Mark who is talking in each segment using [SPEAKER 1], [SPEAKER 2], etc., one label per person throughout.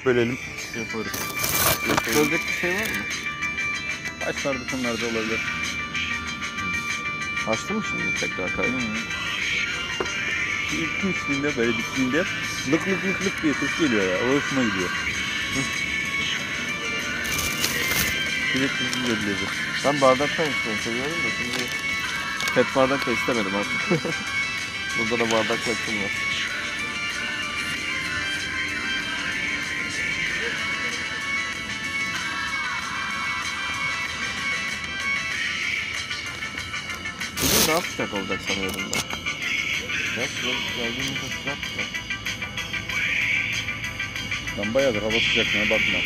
[SPEAKER 1] bölelim.
[SPEAKER 2] Yaparız. Söyleyecek bir şey var mı?
[SPEAKER 1] Başlarda sonlarda olabilir.
[SPEAKER 2] Açtı mı şimdi tekrar kaydı?
[SPEAKER 1] İlk üstünde böyle bittiğinde lık lık lık lık diye ses geliyor ya. O hoşuma gidiyor. Sürekli yiyebiliriz.
[SPEAKER 2] Ben bardaktan içmeyi seviyorum da şimdi pet bardak da istemedim artık. Burada da bardakla içim var. Bugün daha sıcak olacak sanıyorum ben. Ya geldiğimizde sıcak mı?
[SPEAKER 1] Ben bayağıdır hava sıcaklığına bakma.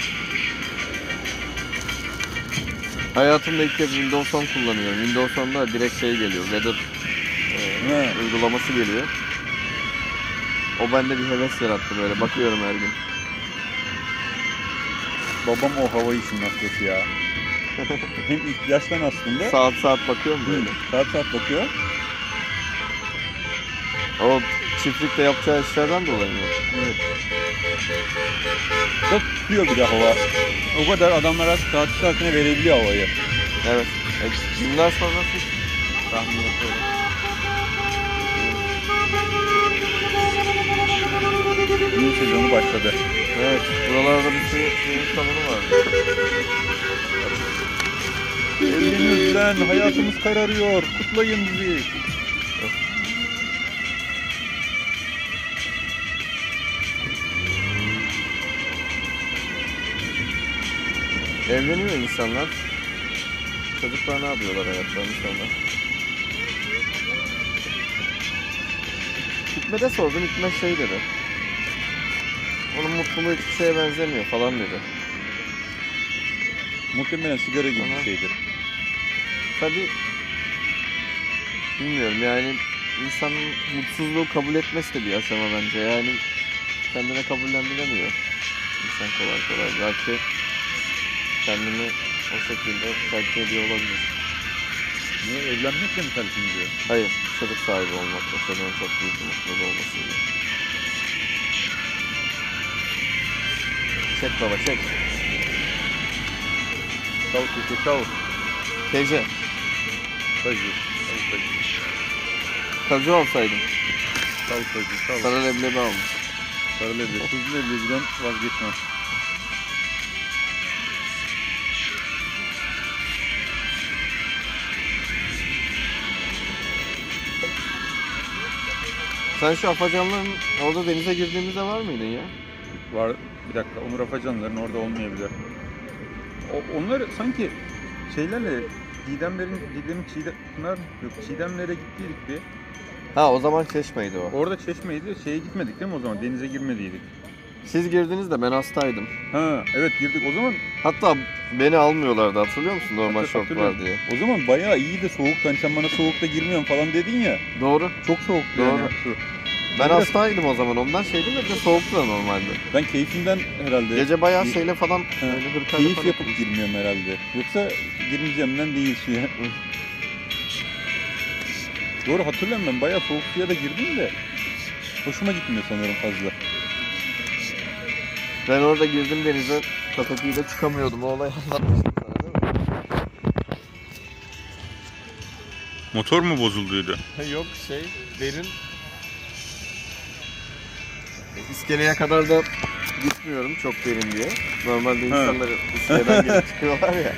[SPEAKER 2] Hayatımda ilk kez Windows 10 kullanıyorum. Windows 10'da direkt şey geliyor, Weather uygulaması geliyor. O bende bir heves yarattı böyle, bakıyorum her gün.
[SPEAKER 1] Babam o hava işinin hastası ya. Hem ihtiyaçtan aslında.
[SPEAKER 2] Saat bakıyorum böyle.
[SPEAKER 1] Saat bakıyor.
[SPEAKER 2] O çiftlikte yapacağı işlerden dolayı mı?
[SPEAKER 1] Evet. Çok tutuyor bir de hava. O kadar adamlara saatine verebiliyor havayı.
[SPEAKER 2] Evet. Günler sonrası tahmin ediyorum.
[SPEAKER 1] Yeni sezonu başladı.
[SPEAKER 2] Evet. Buralarda bir suyun salonu var.
[SPEAKER 1] Elimizden hayatımız kararıyor. Kutlayın bizi.
[SPEAKER 2] Evleniyor insanlar. Çocuklar ne yapıyorlar hayatlarını sonra? Hikmet'e sordum, Hikmet şey dedi. Onun mutluluğu hiçbir şeye benzemiyor falan dedi.
[SPEAKER 1] Muhtemelen sigara gibi bir şeydir.
[SPEAKER 2] Tabii bilmiyorum yani insanın mutsuzluğu kabul etmesi de bir aşama bence. Yani kendine kabullendiremiyor insan kolay kolay. Belki kendini o şekilde terk ediyor olabilir.
[SPEAKER 1] Niye? Evlenmekle mi terk ediyor?
[SPEAKER 2] Hayır, çocuk sahibi olmak mesela çok büyük bir mutluluğu olmasıyla. Çek baba çek.
[SPEAKER 1] Çal keke çal.
[SPEAKER 2] Teyze,
[SPEAKER 1] Kazı.
[SPEAKER 2] kazı alsaydım.
[SPEAKER 1] Çal kazı çal.
[SPEAKER 2] Sana leblebi almış.
[SPEAKER 1] Sarı leblebi. Tuzlu leblebiden vazgeçmem.
[SPEAKER 2] Sen şu Afacanların orada denize girdiğimizde var mıydın ya?
[SPEAKER 1] Var. Bir dakika. Onur Afacanların orada olmayabilir. Onlar sanki şeylerle Çiğdemlere gittiydik bir.
[SPEAKER 2] Ha o zaman Çeşme'ydi o.
[SPEAKER 1] Orada Çeşme'ydi. Şeye gitmedik değil mi o zaman? Denize girmediydik.
[SPEAKER 2] Siz girdiniz de ben hastaydım.
[SPEAKER 1] Ha evet girdik. O zaman
[SPEAKER 2] Hatta beni almıyorlardı, hatırlıyor musun, normal şort var
[SPEAKER 1] hatırlıyorum.
[SPEAKER 2] diye.
[SPEAKER 1] O zaman bayağı iyiydi soğuktu. Hani sen bana soğukta girmiyorsun falan dedin ya.
[SPEAKER 2] Doğru.
[SPEAKER 1] Çok soğuktu
[SPEAKER 2] Doğru.
[SPEAKER 1] yani.
[SPEAKER 2] Ben
[SPEAKER 1] Biraz-
[SPEAKER 2] hastaydım o zaman, ondan şeydim de soğuktu da normalde.
[SPEAKER 1] Ben keyfimden herhalde.
[SPEAKER 2] Gece bayağı şeyle falan, öyle hırkayla
[SPEAKER 1] Keyif
[SPEAKER 2] falan.
[SPEAKER 1] yapıp girmiyorum herhalde. Yoksa girmeyeceğimden değil suya. Doğru hatırlıyorum, ben bayağı soğuk suya da girdim de hoşuma gitmiyor sanırım fazla.
[SPEAKER 2] Ben orada girdim denize, Kataki'yle çıkamıyordum, o olayı anlatmıştım sana değil mi?
[SPEAKER 1] Motor mu bozulduydu?
[SPEAKER 2] Yok derin. İskeleye kadar da gitmiyorum çok derin diye. Normalde insanlar iskeleden gelip çıkıyorlar ya.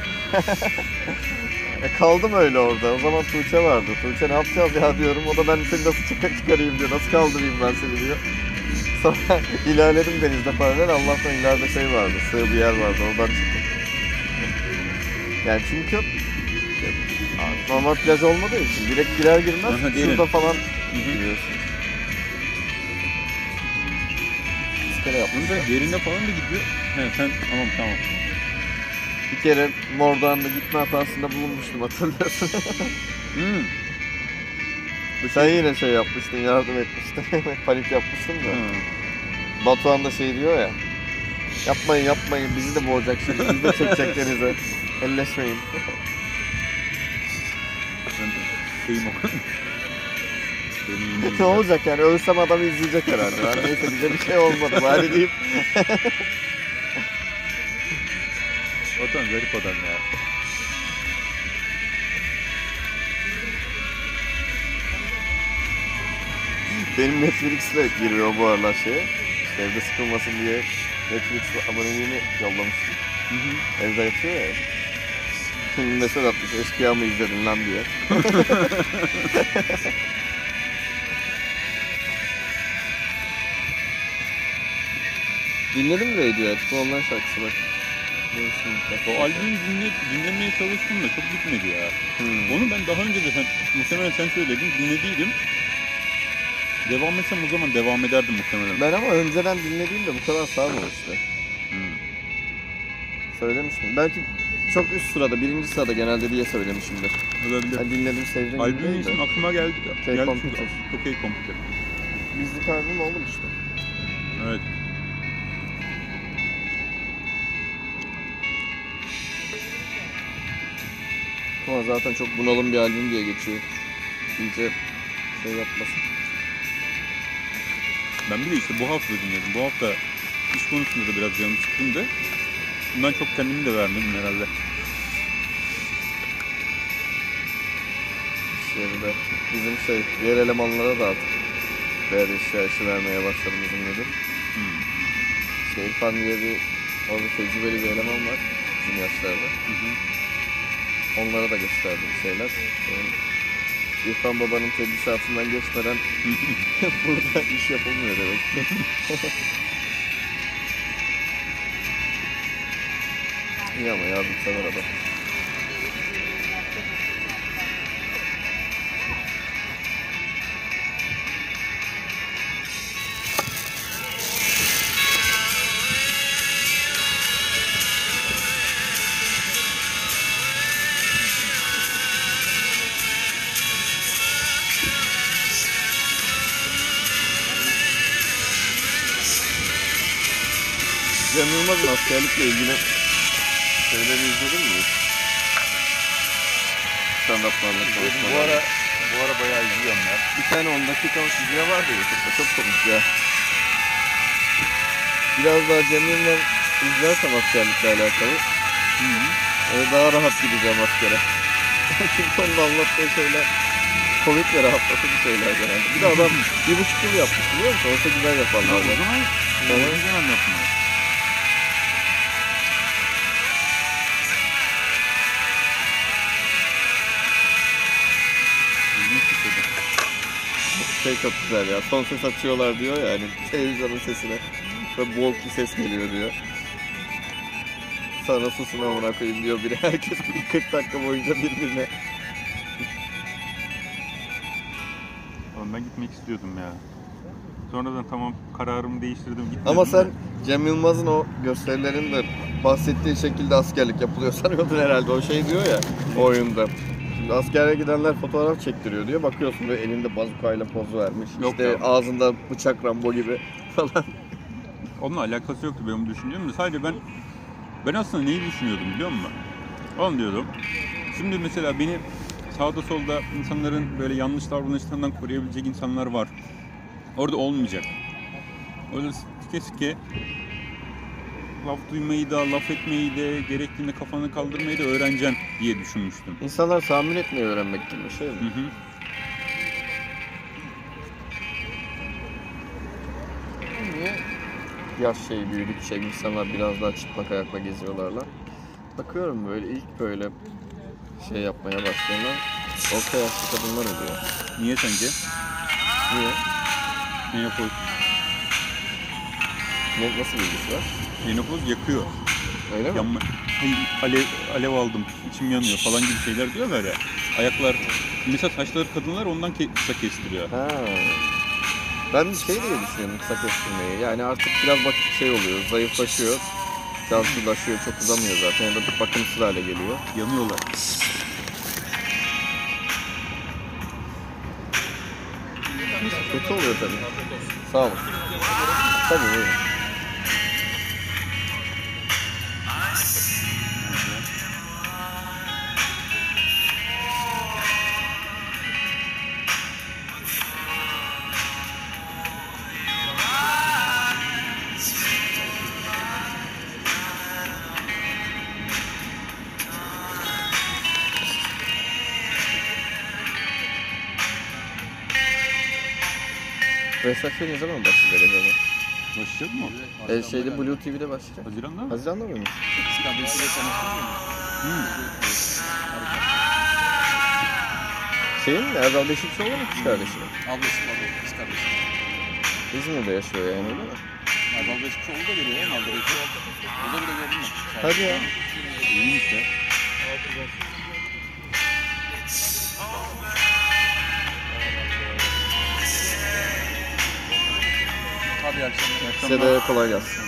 [SPEAKER 2] Kaldım öyle orada. O zaman Tuğçe vardı. Tuğçe ne yapacağız ya diyorum. O da ben seni nasıl çıkarayım diyor. Nasıl kaldırayım ben seni diyor. Sonra ilerledim denizde paralel. Allah'tan ileride şey vardı. Sığ bir yer vardı. Oradan çıktım. Yani çünkü normal plaj olmadığı için direkt girer girmez şurada falan giriyorsun. İskele yapmış.
[SPEAKER 1] Bunda derinde falan da gidiyor. He sen tamam.
[SPEAKER 2] Bir kere Mordoğan'da gitme hatasında bulunmuştum, hatırlıyorsun. Sen yine şey yapmıştın, yardım etmiştin. Panik yapmıştım da. Batuhan da şey diyor ya. Yapmayın bizi de boğacak şimdi. Bizi de çekecek denize. Elleşmeyin. Ne olacak yani, ölsem adamı izleyecek herhalde. Yani neyse bize bir şey olmadı bari deyip.
[SPEAKER 1] Adam garip adam ya.
[SPEAKER 2] Benim Netflix'le giriyor bu aralar şeye. İşte evde sıkılmasın diye Netflix aboneliğini yollamıştım.
[SPEAKER 1] Hı hı.
[SPEAKER 2] Evde yatıyor ya. Şimdi mesaj atmış, eşkıya mı izledin lan diye. Dinledim mi Radiohead? Bu onların şarkısı bak.
[SPEAKER 1] O albümü dinlemeye çalıştım da çok bitmedi ya. Onu ben daha önce de muhtemelen sen söyledin, dinlediydim. Devam etsem o zaman devam ederdim muhtemelen.
[SPEAKER 2] Ben ama önceden dinlediğimde bu kadar sarmamıştı. Söylemiştim. Belki çok üst sırada, birinci sırada genelde diye söylemişimdir.
[SPEAKER 1] Olabilir.
[SPEAKER 2] Ben dinledim, sevdim.
[SPEAKER 1] Albümün ismi aklıma geldi.
[SPEAKER 2] K-Computer.
[SPEAKER 1] Çok Computer.
[SPEAKER 2] Bizlik albüm oldu işte.
[SPEAKER 1] Evet.
[SPEAKER 2] Ama zaten çok bunalım bir albüm diye geçiyor. İyice şey yapmasın.
[SPEAKER 1] Ben bir de işte bu hafta dinledim. Bu hafta iş konusunda da biraz canım sıkkındı. Bundan çok kendimi de vermedim herhalde.
[SPEAKER 2] Şehirde bizim diğer elemanlara da artık değer işi vermeye başladı bizim müdür. İşte İrfan diye orada tecrübeli bir eleman var bizim yaşlarda. Onlara da gösterdim şeyler. İrfan babanın tedrisatından geçmeden burada iş yapılmıyor demek ki. İyi ama yardımsever adam. Cem Yılmaz'ın askerlikle ilgili şeyleri izledin mi? Stand-up'larla konuşmalar.
[SPEAKER 1] Bu ara bayağı izliyorum ya.
[SPEAKER 2] Bir tane 10 dakikalık video vardı YouTube'da, çok komik ya. Biraz daha Cem Yılmaz izlersem askerlikle alakalı, daha rahat gideceğim askere. Çünkü onun anlattığı şeyler komik ve rahatlatıcı şeyler genelde. Bir de adam 1,5 yıl yapmış biliyor musun? Olsa güzel yaparlar.
[SPEAKER 1] O zaman güzel anlatma.
[SPEAKER 2] Şey çok güzel ya, son ses açıyorlar diyor ya hani televizyonun sesine ve boğuk bir ses geliyor diyor. Sana susun amına koyayım diyor biri, herkes 40 dakika boyunca birbirine.
[SPEAKER 1] Oğlum ben gitmek istiyordum ya. Sonradan tamam kararımı değiştirdim gitmedim.
[SPEAKER 2] Ama sen Cem Yılmaz'ın o gösterilerinde bahsettiği şekilde askerlik yapılıyor sanıyordun herhalde, o şey diyor ya o oyunda. Şimdi askere gidenler fotoğraf çektiriyor diyor. Bakıyorsun böyle elinde bazukayla poz vermiş.
[SPEAKER 1] Yok
[SPEAKER 2] işte
[SPEAKER 1] ya.
[SPEAKER 2] ağzında bıçak Rambo gibi falan.
[SPEAKER 1] Onunla alakası yoktu benim düşündüğüm de sadece ben aslında neyi düşünüyordum biliyor musun? Onu diyordum. Şimdi mesela beni sağda solda insanların böyle yanlış davranışlarından koruyabilecek insanlar var. Orada olmayacak. Orada sike laf duymayı da, laf etmeyi de, gerektiğinde kafanı kaldırmayı da öğreneceksin diye düşünmüştüm.
[SPEAKER 2] İnsanlar tahmin etmeyi öğrenmek gibi bir şey mi? Niye yaş şeyi büyüdükçe insanlar biraz daha çıplak ayakla geziyorlarla? Bakıyorum böyle ilk böyle şey yapmaya başlayanlar orta yaşlı kadınlar oluyor.
[SPEAKER 1] Niye sence?
[SPEAKER 2] Niye?
[SPEAKER 1] Menopoz.
[SPEAKER 2] Nasıl bir ilgisi var?
[SPEAKER 1] Menopoz yakıyor.
[SPEAKER 2] Öyle mi?
[SPEAKER 1] Yanma. Alev aldım, içim yanıyor falan gibi şeyler diyorlar ya. Ayaklar, mesela saçları kadınlar ondan kısa kestiriyor.
[SPEAKER 2] Ha. Ben bir şey diye düşünüyorum kısa kestirmeyi. Yani artık biraz vakit şey oluyor, zayıflaşıyor, cansızlaşıyor, çok uzamıyor zaten ya da bakımsız hale geliyor.
[SPEAKER 1] Yanıyorlar.
[SPEAKER 2] Kötü oluyor tabii. Sağ olun. Tabii buyurun. Versace ne zaman başlayacak acaba?
[SPEAKER 1] Başlayacak mı?
[SPEAKER 2] Şeyde Blue TV'de başlayacak.
[SPEAKER 1] Haziran'da mı?
[SPEAKER 2] Haziran'da mıymış?
[SPEAKER 3] Kız kardeşiyle tanıştın mı?
[SPEAKER 2] Şeyin mi? Erdal Beşikçioğlu mu kız kardeşi?
[SPEAKER 3] Ablası var, kız kardeşi.
[SPEAKER 2] İzmir'de yaşıyor yani öyle mi?
[SPEAKER 3] Erdal Beşikçioğlu da geliyor ya, Erdal Beşikçioğlu. O da bile gördün mü?
[SPEAKER 2] Hadi ya.
[SPEAKER 1] İyiymiş ya.
[SPEAKER 3] Hadi iyi akşamlar.
[SPEAKER 2] Size de kolay gelsin.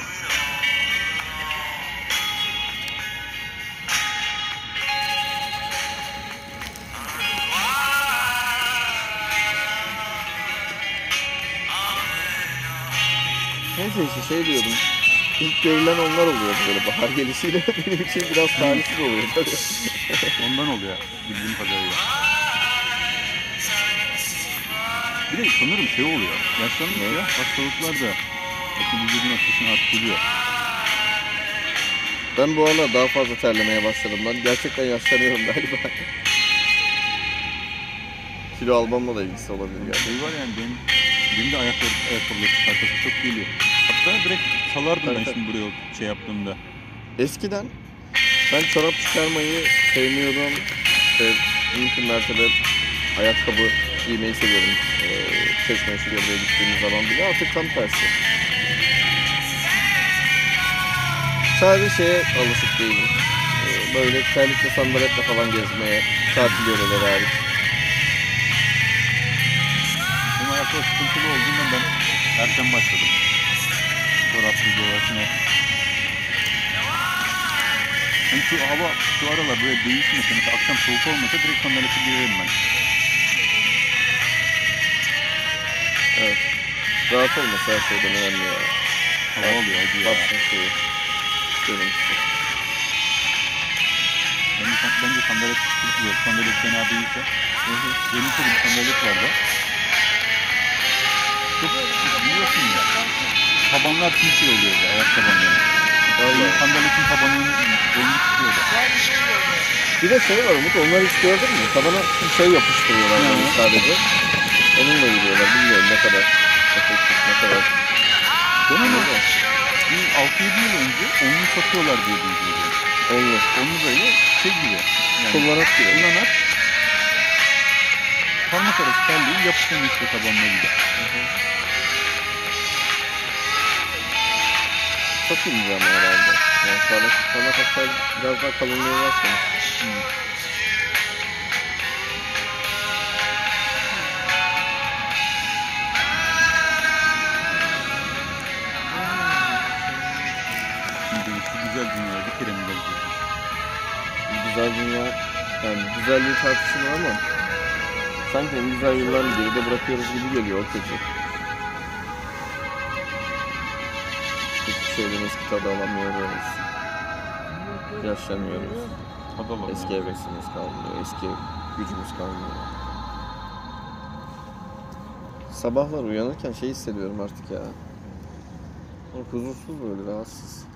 [SPEAKER 2] Neyse işte şey diyordum. İlk görülen onlar oluyor böyle bahar gelişiyle. Benim için biraz talihsiz oluyor tabii.
[SPEAKER 1] Ondan oluyor bildiğim kadarıyla. Bir de sanırım şey oluyor. Yaşlanınca hastalıklar da vücudun ateşini arttırıyor.
[SPEAKER 2] Ben bu aralar daha fazla terlemeye başladım. Ben gerçekten yaşlanıyorum galiba. Kilo almamla da ilgisi olabilir yani.
[SPEAKER 1] Şey var yani benim de ayakkabıları çıkartası çok geliyor. Hatta direkt salardım ben şimdi buraya şey yaptığımda.
[SPEAKER 2] Eskiden ben çorap çıkarmayı sevmiyordum. İşte mümkün mertebe ayakkabı giymeyi seviyordum. Çeşme şuraya buraya gittiğimiz zaman bile artık tam tersi. Sadece şeye alışık değilim. Böyle terlikle sandaletle falan gezmeye, tatil yöreleri hariç.
[SPEAKER 1] Benim ayaklar sıkıntılı olduğundan ben erken başladım. Çorapsız dolaşmaya. Yani şu hava şu aralar böyle değişmese, mesela akşam soğuk olmasa direkt sandalete girerim ben.
[SPEAKER 2] Evet. Rahat olması her şeyden önemli ya.
[SPEAKER 1] Hava oluyor hadi ya.
[SPEAKER 2] Baksın şeyi. Görüntüsü.
[SPEAKER 1] Bence sandalet sıkıntı yok. Sandalet fena değilse. Benim de bir sandalet vardı. Çok biliyorsun ya. Tabanlar simsiyah oluyordu, ayak tabanları.
[SPEAKER 2] Vallahi.
[SPEAKER 1] Sandaletin tabanının rengi çıkıyordu.
[SPEAKER 2] Bir de şey var Umut, onları hiç gördün mü? Tabana bir şey yapıştırıyorlar yani sadece. Onunla yürüyorlar, bilmiyorum ne kadar efektif, ne kadar.
[SPEAKER 1] Ben onu bir 6-7 yıl önce onu satıyorlar diye duydum. Onu böyle şey gibi. Yani
[SPEAKER 2] Kullanak gibi.
[SPEAKER 1] kullanak. Parmak arası terliği yapışan işte tabanına gibi.
[SPEAKER 2] Çok ince ama herhalde. Yani parmak hatta biraz daha kalınlığı var sanırım.
[SPEAKER 1] Şimdi şu güzel dünyayı bir kere mi gelecek?
[SPEAKER 2] Güzel dünya, yani güzelliği tartışılır ama sanki en güzel yıllarını geride bırakıyoruz gibi geliyor o kötü. Hiçbir şeyden eski tadı alamıyoruz. Yaşlanıyoruz.
[SPEAKER 1] Tadalı.
[SPEAKER 2] Eski hevesimiz kalmıyor, eski gücümüz kalmıyor. Sabahlar uyanırken şey hissediyorum artık ya. Huzursuz böyle, rahatsız.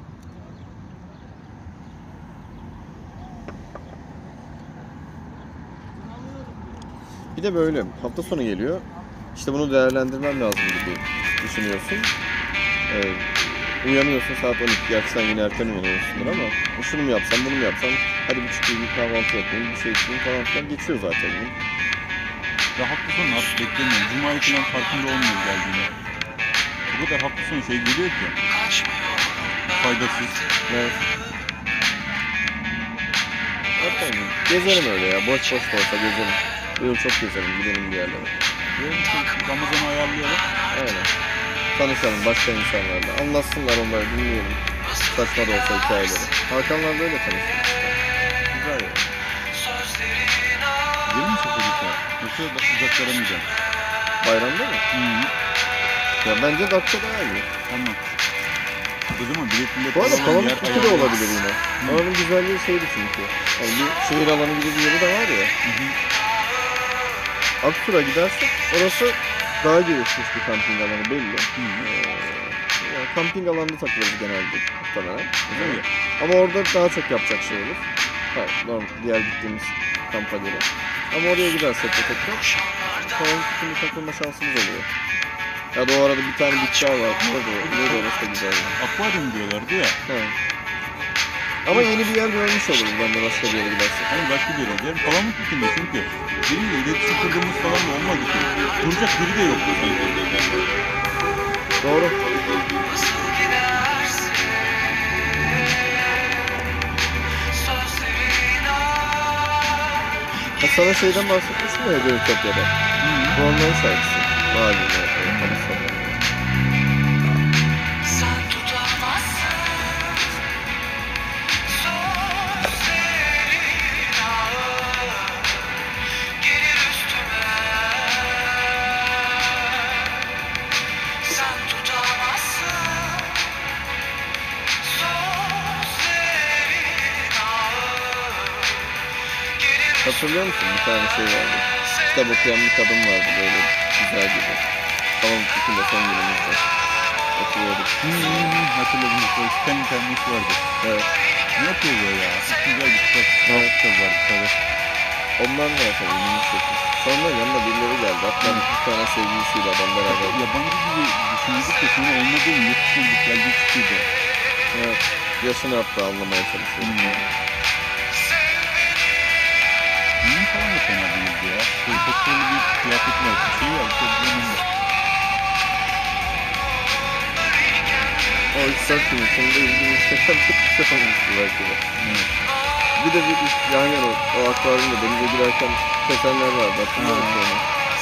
[SPEAKER 2] Bir de böyle hafta sonu geliyor. İşte bunu değerlendirmem lazım gibi düşünüyorsun. Uyanıyorsun saat 12. Gerçi sen yine erken uyanıyorsundur ama şunu mu yapsam, bunu mu yapsam, hadi bir çıkayım, bir kahvaltı yapayım, bir şey içeyim falan filan geçiyor zaten gün.
[SPEAKER 1] Ya hafta sonu artık beklemiyorum. Cuma'yı falan farkında olmuyor geldiğinde. O kadar hafta sonu şey geliyor ki. Faydasız.
[SPEAKER 2] Evet. Zaten gezelim öyle ya, boş boş da olsa gezelim. Bu yıl çok gezelim, gidelim bir yerlere.
[SPEAKER 1] Diyorum ki Ramazan'ı ayarlayalım.
[SPEAKER 2] Aynen. Tanışalım başka insanlarla. Anlatsınlar onları, dinleyelim. Saçma da olsa hikayeleri. Hakan'la böyle tanıştık işte. Güzel ya.
[SPEAKER 1] Gidelim mi Seferi'ye? Yoksa da uzaktaramayacağım.
[SPEAKER 2] Bayramda mı? Ya bence Datça daha iyi.
[SPEAKER 1] Tamam. O zaman bilet
[SPEAKER 2] Bu arada
[SPEAKER 1] alalım,
[SPEAKER 2] Palamut
[SPEAKER 1] yer
[SPEAKER 2] Kutu da
[SPEAKER 1] ayarlayalım.
[SPEAKER 2] olabilir yine. Oranın güzelliği şeydi çünkü. Yani bir şehir alanı gibi bir yeri de var ya. Aksur'a gidersek orası daha gelişmiş bir kamping alanı belli. Yani kamping alanında takılırız genelde muhtemelen.
[SPEAKER 1] Öyle.
[SPEAKER 2] Ama orada daha çok yapacak şey olur. Diğer gittiğimiz kampa göre. Ama oraya gidersek de tekrar Palamut Kutu'nda takılma şansımız oluyor. Ya da o arada bir tane bitki var. Neydi orası da güzeldi.
[SPEAKER 1] Akvaryum diyorlardı ya.
[SPEAKER 2] Evet. Ama yeni bir yer görmüş oluruz ben de başka bir yere gidersek.
[SPEAKER 1] Hani başka bir yere gidelim. Palamut dikinde çünkü. Biriyle iletişim kurduğumuz falan da olmadı ki. Duracak biri de yoktu sanki.
[SPEAKER 2] Doğru. Ha, sana şeyden bahsetmiştim ya Gönültepe'de. Bu onların şarkısı. Valide.
[SPEAKER 4] Sen tutamazsın sözlerin ağır gelir üstüme. Sen tutamazsın sözlerin ağır gelir
[SPEAKER 2] Hatırlıyor musun? Bir tane şey vardı. Kitap okuyan bir kadın vardı böyle güzel gibi. Tamam bütün de son günümüzde. Oturuyorduk.
[SPEAKER 1] Hatırladım. O Stanley Termos vardı.
[SPEAKER 2] Evet.
[SPEAKER 1] Ne yapıyor bu ya? Çok güzel bir kitap.
[SPEAKER 2] Evet.
[SPEAKER 1] Kitap vardı tabii.
[SPEAKER 2] Ondan da tabii ilgimi çekti. Sonra yanına birileri geldi. Hatta bir tane sevgilisiyle adam beraber.
[SPEAKER 1] Yabancı gibi düşündük de sonra olmadığım yetişmedik geldi çıktıydı.
[SPEAKER 2] Evet. Yaşını hatta anlamaya çalışıyor.
[SPEAKER 1] Bunun falan da fena değildi ya. Böyle fotoğraflı bir kıyafeti var. Bir şey var. Çok güzel.
[SPEAKER 2] O İstat günü sonunda ilgimi çeken çok bir şey olmuştu belki de.
[SPEAKER 1] Evet.
[SPEAKER 2] Bir de bir yani o akvaryumda denize girerken kesenler vardı. Hatırlıyor musun onu?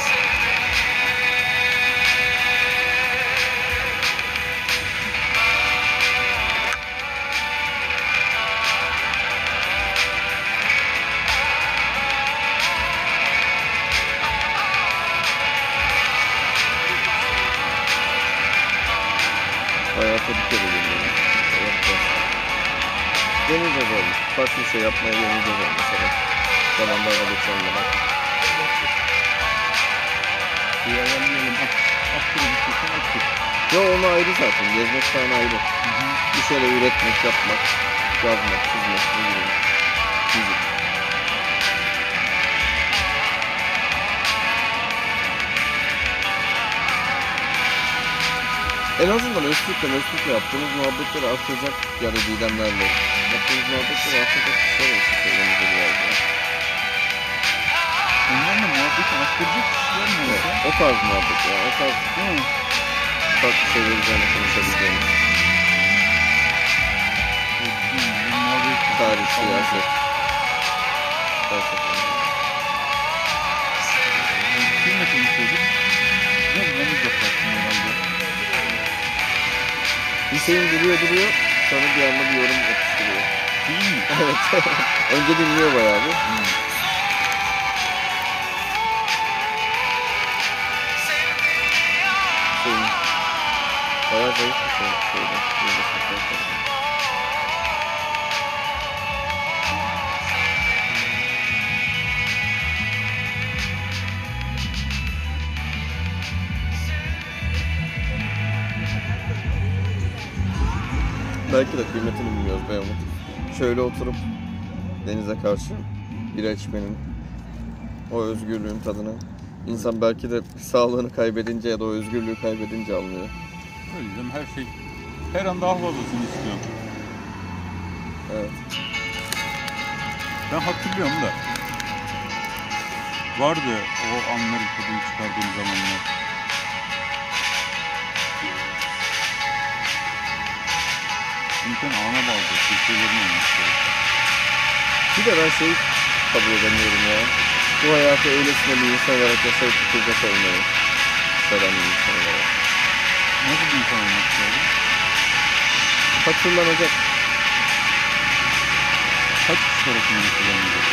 [SPEAKER 2] Hayata bir kere geliyor. Deneyeceğiz oğlum. Farklı bir şey yapmaya deneyeceğiz oğlum mesela. Zamanlarda geçenlere.
[SPEAKER 1] Bir ayarlayalım. Aktırın istiyorsan aktır.
[SPEAKER 2] Yo onu ayrı zaten. Gezmek falan ayrı. Bir şeyler üretmek, yapmak, yazmak, çizmek, ne bileyim. Müzik. En azından Öztürk'le yaptığımız muhabbetleri artıracak yani Didemlerle. Yaptığımız muhabbetleri artıracak kişiler olsun söylememize biraz ya.
[SPEAKER 1] Onlarla muhabbeti arttıracak kişiler mi olsa?
[SPEAKER 2] O tarz muhabbet ya. O tarz
[SPEAKER 1] Değil mi?
[SPEAKER 2] farklı şeyler üzerine konuşabileceğimiz. Tarih, siyaset. Felsefe.
[SPEAKER 1] Kimle konuşuyorduk? Ne yapacaksın herhalde?
[SPEAKER 2] Hüseyin duruyor. Sonra bir anda bir yorum yapıştırıyor.
[SPEAKER 1] Değil mi?
[SPEAKER 2] Evet. Önce dinliyor bayağı bir. Hüseyin. Bayağı zayıf bir şey. Belki de kıymetini bilmiyoruz be Umut. Şöyle oturup denize karşı bira içmenin, o özgürlüğün tadını insan belki de sağlığını kaybedince ya da o özgürlüğü kaybedince anlıyor.
[SPEAKER 1] O yüzden her an daha fazlasını istiyorum.
[SPEAKER 2] Evet.
[SPEAKER 1] Ben hatırlıyorum da. Vardı o anların tadını çıkardığım zamanlar. İnsan ana bağlı, şeylerin olması gerekiyor.
[SPEAKER 2] Bir de ben şeyi kabul edemiyorum ya. Bu hayatı öylesine bir insan olarak yaşayıp tutacak olmayı. Seven bir insan olarak.
[SPEAKER 1] Nasıl bir insan olmak istiyorum?
[SPEAKER 2] Hatırlanacak.
[SPEAKER 1] Kaç kişi tarafından kullanılacak?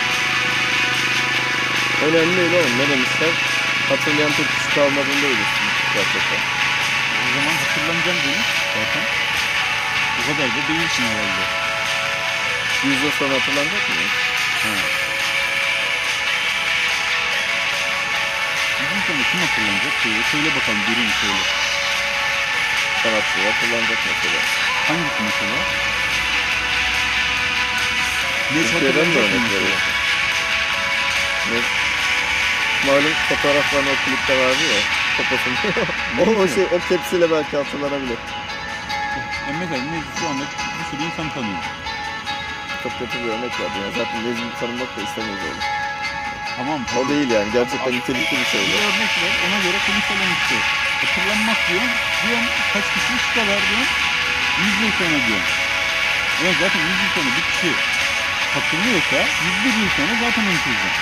[SPEAKER 2] Önemli değil oğlum. Ne demişler? Hatırlayan tek kişi kalmadığında ölürsün gerçekten.
[SPEAKER 1] O zaman hatırlanacağım demiş zaten. O kadar da değilsin herhalde.
[SPEAKER 2] 100 yıl sonra hatırlanacak mı?
[SPEAKER 1] Ha. Bizim sonra kim hatırlanacak? Söyle bakalım birini söyle.
[SPEAKER 2] Sanatçı hatırlanacak mesela.
[SPEAKER 1] Hangisi mesela?
[SPEAKER 2] Türkiye'den de örnek veriyor. Malum fotoğraflarını o klipte vardı ya. poposunu. o kepsiyle belki hatırlanabilir.
[SPEAKER 1] Mesela Nezih şu anda bir sürü insan tanıyor.
[SPEAKER 2] Çok kötü bir örnek verdi. Yani zaten Nezih'i tanımak da istemiyoruz öyle.
[SPEAKER 1] Tamam.
[SPEAKER 2] O değil yani. Gerçekten nitelikli bir şey.
[SPEAKER 1] Bir örnek ver, ona göre konuşalım işte. Hatırlanmak diyorum kaç kişi şu kadar diyorum, 100 yıl sonra diyorum. Yani zaten 100 yıl sonra bir kişi hatırlıyorsa 101 yıl sonra zaten unutulacak.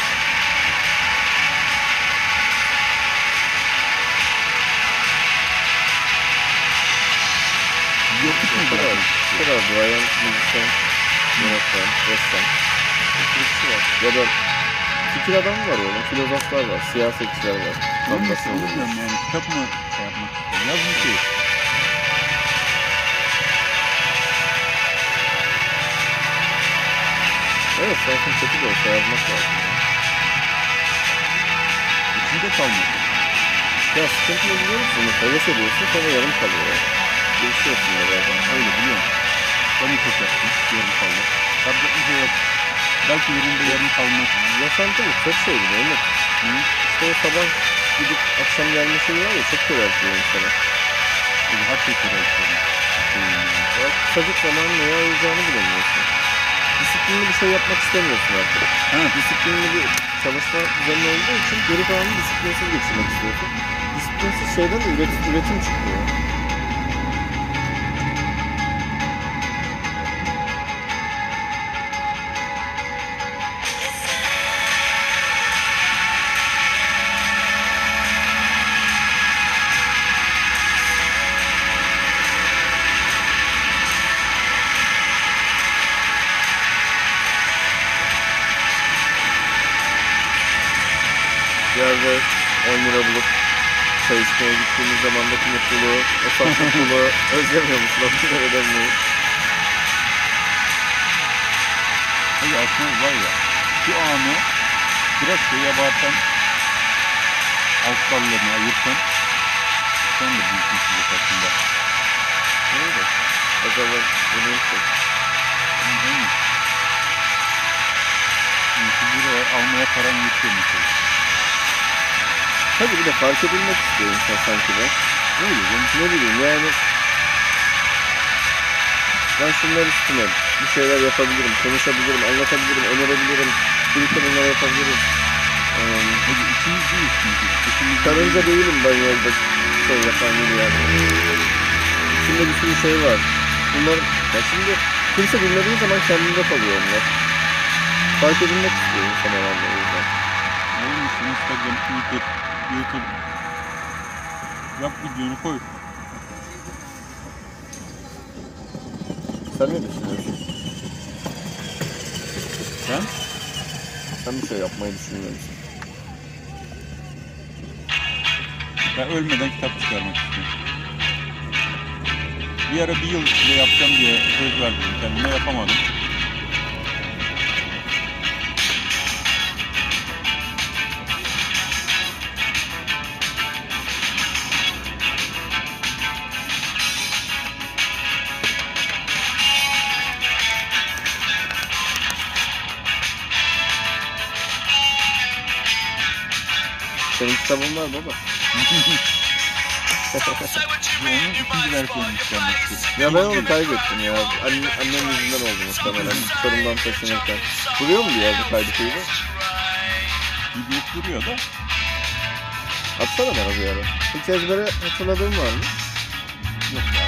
[SPEAKER 1] Yok mu
[SPEAKER 2] Bu kadar. Bu kadar duayen, müzisyen, yönetmen, ressam. Bir kişi var. Ya da fikir adamı var oğlum. Filozoflar var. Siyasetçiler var. Tablasını
[SPEAKER 1] Onu diyorum yani, kitap mı şey yapmak istiyorum? Yaz bir şey.
[SPEAKER 2] Evet, zaten kötü de olsa yazmak lazım.
[SPEAKER 1] İçinde kalmak.
[SPEAKER 2] Ya sıkıntı ne biliyor musun? Heves ediyorsun, sonra yarım kalıyor. Değişiyorsun da bazen.
[SPEAKER 1] Öyle biliyorum. Ben de çok yaptım. Yarım kaldı. Yapacak bir şey yok. Belki yerinde yarım kalmak.
[SPEAKER 2] Yaşantı bu, çok şey bile Umut. İşte o sabah gidip akşam gelme şeyi var ya, çok köreltiyor insana.
[SPEAKER 1] Böyle her şey kadar istiyorum.
[SPEAKER 2] Ya kısacık zaman neye ayıracağını bilemiyorsun. Disiplinli bir şey yapmak istemiyorsun artık.
[SPEAKER 1] Evet.
[SPEAKER 2] Disiplinli bir çalışma düzeni olduğu için geri kalanını disiplinsiz geçirmek istiyorsun. Disiplinsiz şeyden de üretim çıkıyor. Bir yerde 10 lira bulup çay içmeye gittiğimiz zamandaki mutluluğu, o saf mutluluğu özlemiyor musun? Aslında ödemiyor.
[SPEAKER 1] Hayır aslında var ya, şu anı biraz şeye abartan, alt dallarını ayırsan, sen de büyük mutluluk aslında.
[SPEAKER 2] Öyle. Acaba eminsek.
[SPEAKER 1] Aynen. Çünkü buraya almaya paran yetiyor mesela.
[SPEAKER 2] Tabii bir de fark edilmek istiyor insan sanki de.
[SPEAKER 1] Öyle canım.
[SPEAKER 2] Ne bileyim yani ben şunlar üstüne bir şeyler yapabilirim, konuşabilirim, anlatabilirim, önerebilirim, birlikte bunları yapabiliriz.
[SPEAKER 1] Hadi ikimiz değiliz çünkü. İkimiz
[SPEAKER 2] Karınca değilim ben yolda şey yapan biri yani. İçinde bir sürü şey var. Bunlar ya şimdi kimse bilmediği zaman kendinde kalıyor onlar. Fark edilmek istiyor insan herhalde o yüzden.
[SPEAKER 1] Oğlum işte Instagram, Twitter, YouTube. Yap videonu koy.
[SPEAKER 2] Sen ne düşünüyorsun?
[SPEAKER 1] Sen?
[SPEAKER 2] Sen bir şey yapmayı düşünüyor musun?
[SPEAKER 1] Ben ölmeden kitap çıkarmak istiyorum. Bir ara bir yıl içinde yapacağım diye söz verdim kendime, yapamadım.
[SPEAKER 2] Senin kitabın var baba.
[SPEAKER 1] Onun ikinci versiyonunu çıkarmak istiyorum.
[SPEAKER 2] Ya ben onu kaybettim ya. Annem yüzünden oldu muhtemelen. Çorum'dan taşınırken. Duruyor mu bir yerde kaydı kıydı?
[SPEAKER 1] PDF duruyor da.
[SPEAKER 2] Atsana bana bir ara. Hiç ezbere hatırladığın var mı?
[SPEAKER 1] Yok ya.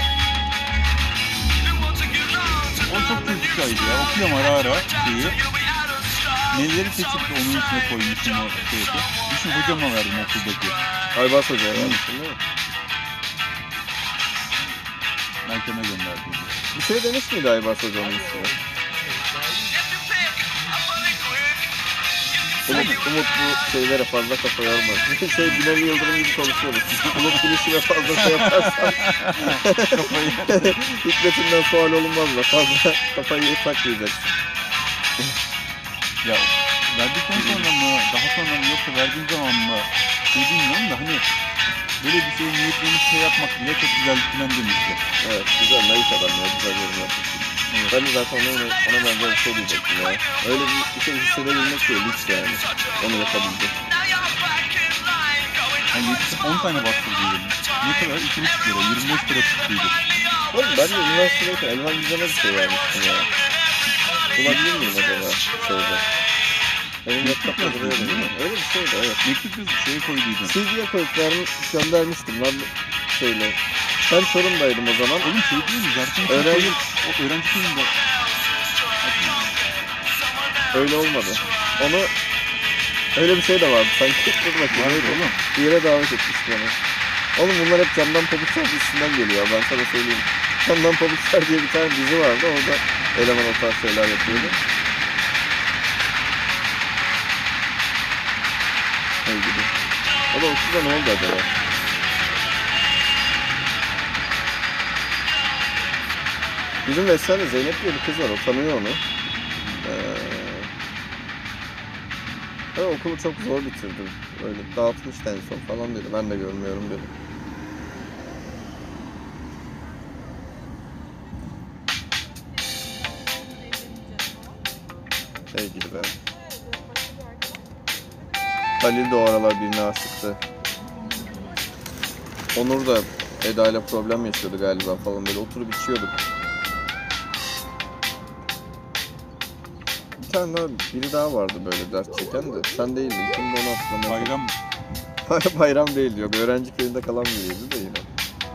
[SPEAKER 1] O çok çocukkaydı ya. Okuyorum ara ara şeyi. Neleri seçip de onun içine koymuşum o şeyde. Düşün hocama verdim okuldaki.
[SPEAKER 2] Aybars Hoca'ya vermiştin değil mi?
[SPEAKER 1] Meltem'e gönderdim.
[SPEAKER 2] Bir şey demiş miydi Aybars Hoca onun üstüne? Umut bu şeylere fazla kafa yorma. Binali Yıldırım gibi konuşuyoruz. Umut bilişime fazla şey yaparsan hikmetinden sual olunmaz da fazla kafayı saklayacaksın.
[SPEAKER 1] Ya verdikten sonra mı, daha sonra mı yoksa verdiğin zaman mı şey bilmiyorum da hani böyle bir şey niyetlenip şey yapmak bile çok güzel filan demişti.
[SPEAKER 2] Evet, güzel, naif adam ya, güzel yorum yapmış. Evet. Ben de zaten ona benzer bir şey diyecektim ya. Öyle bir şey hissedebilmek de lüks yani. Onu yapabildim.
[SPEAKER 1] Yani 10 tane bastırdıydım. Ne kadar? 2,5 lira, 25 lira çıktıydı.
[SPEAKER 2] Oğlum ben de üniversitedeyken Elvan Gizem'e bir şey vermiştim ya. Bulabilir miyim acaba şeyde? Benim laptopta
[SPEAKER 1] yazıyordun
[SPEAKER 2] duruyor
[SPEAKER 1] değil mi?
[SPEAKER 2] benim. Öyle bir şeydi evet.
[SPEAKER 1] Mektup yazıp şeye koyduydun.
[SPEAKER 2] CD'ye koyup göndermiştim lan şeyle. Ben Çorum'daydım o zaman.
[SPEAKER 1] Oğlum şey değil mi? Zaten
[SPEAKER 2] Öğrenci-
[SPEAKER 1] o öğrenci köyünde.
[SPEAKER 2] Öyle olmadı. Onu öyle bir şey de vardı sanki. Dur bakayım.
[SPEAKER 1] Vardı
[SPEAKER 2] neydi?
[SPEAKER 1] oğlum.
[SPEAKER 2] Bir yere davet etmişti beni. Oğlum bunlar hep Camdan Pabuçlar dizisinden geliyor. Ben sana söyleyeyim. Camdan Pabuçlar diye bir tane dizi vardı. Orada eleman o tarz şeyler yapıyordu. Öyle gibi. O da 30'da ne oldu acaba? Bizim Vesse'de Zeynep diye bir kız var. O tanıyor onu. Okulu çok zor bitirdim. Öyle dağıtmıştı en son falan dedi. Ben de görmüyorum dedi. Şey gibi be. Halil de o aralar birine aşıktı. Onur da Eda ile problem yaşıyordu galiba falan böyle oturup içiyorduk. Bir tane daha biri daha vardı böyle dert çeken de sen değildin. Kimdi onu hatırlamadım.
[SPEAKER 1] Bayram mı?
[SPEAKER 2] Bayram değil yok. Öğrenci köyünde kalan biriydi de yine.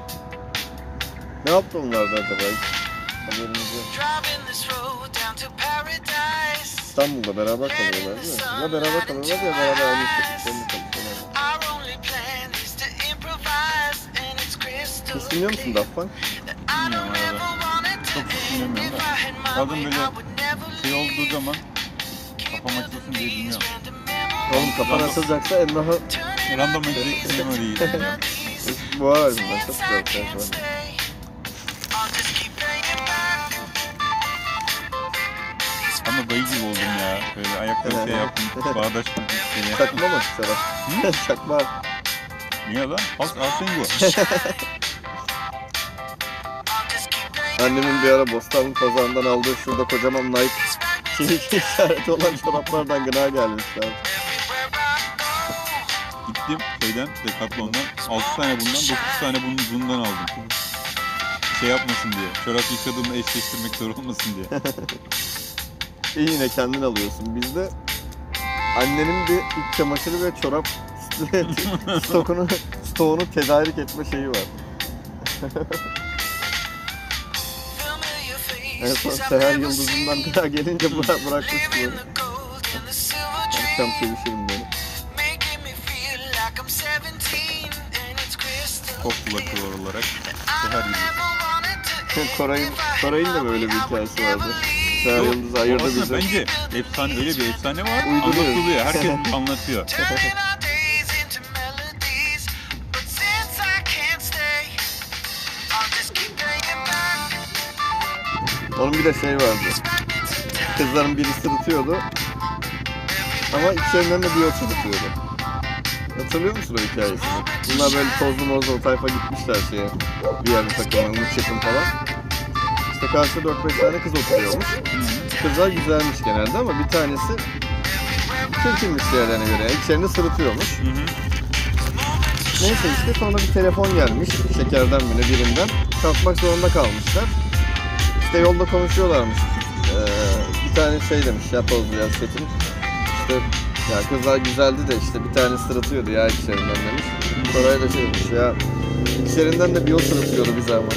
[SPEAKER 2] Ne yaptı onlar da acaba? Haberiniz yok.
[SPEAKER 4] Driving this road down to paradise.
[SPEAKER 2] İstanbul'da beraber kalıyorlar değil mi? Ya beraber kalıyorlar ya beraber aynı şirketlerinde çalışıyorlar.
[SPEAKER 4] Our only plan is to improvise, and it's crystal
[SPEAKER 2] Hiç dinliyor musun Daft Punk?
[SPEAKER 1] Bilmiyorum arada. Çok dinlemiyorum da. Bazen böyle şey olduğu zaman kafam açılsın diye dinliyorum.
[SPEAKER 2] Oğlum kafan açılacaksa Emrah'ı
[SPEAKER 1] Random Access Memory'yi dinliyorum.
[SPEAKER 2] bu arada ben çok güzel bir şarkı var.
[SPEAKER 1] Ama dayı gibi oldum ya. Böyle ayakta şey yaptım. Bağdaş kurdum seni.
[SPEAKER 2] Çakma mı Serap? Çakma.
[SPEAKER 1] Niye lan? Arsengo.
[SPEAKER 2] Annemin bir ara Bostanlı pazarından aldığı şurada kocaman Nike çizik işareti olan çoraplardan gına gelmişler.
[SPEAKER 1] Gittim şeyden, Decathlon'dan 6 tane bundan, 9 tane bundan aldım. Şey yapmasın diye, çorap yıkadığımda eşleştirmek zor olmasın diye.
[SPEAKER 2] İyi yine kendin alıyorsun. Bizde annenin bir iç çamaşırı ve çorap stoğunu tedarik etme şeyi var. En son Seher Yıldız'ından kadar gelince bırakmıştım. Akşam sevişirim beni.
[SPEAKER 1] Pop kulaklığı olarak Seher Yıldız.
[SPEAKER 2] Koray'ın da böyle bir hikayesi vardı. Seher Yıldız ayırdı
[SPEAKER 1] Aslında
[SPEAKER 2] bizi.
[SPEAKER 1] bence efsane, öyle bir efsane var,
[SPEAKER 2] Uyduruyor.
[SPEAKER 1] anlatılıyor, herkes anlatıyor.
[SPEAKER 2] Onun bir de şey vardı. Kızların biri sırıtıyordu. Ama içlerinden de bir o sırıtıyordu. Hatırlıyor musun o hikayesini? Bunlar böyle tozlu mozlu o tayfa gitmişler şeye. Bir yerde takılma, çıkın falan. İşte karşıda 4-5 tane kız oturuyormuş. Kızlar güzelmiş genelde ama bir tanesi çirkinmiş diğerlerine göre. Yani içlerini sırıtıyormuş. Neyse işte sonra bir telefon gelmiş. Şekerden mi ne birinden. Kalkmak zorunda kalmışlar. İşte yolda konuşuyorlarmış. Bir tane şey demiş ya tozlu ya Çetin. İşte ya kızlar güzeldi de işte bir tane sırıtıyordu ya içlerinden demiş. Koray da şey demiş ya içlerinden de bir o sırıtıyordu bize ama.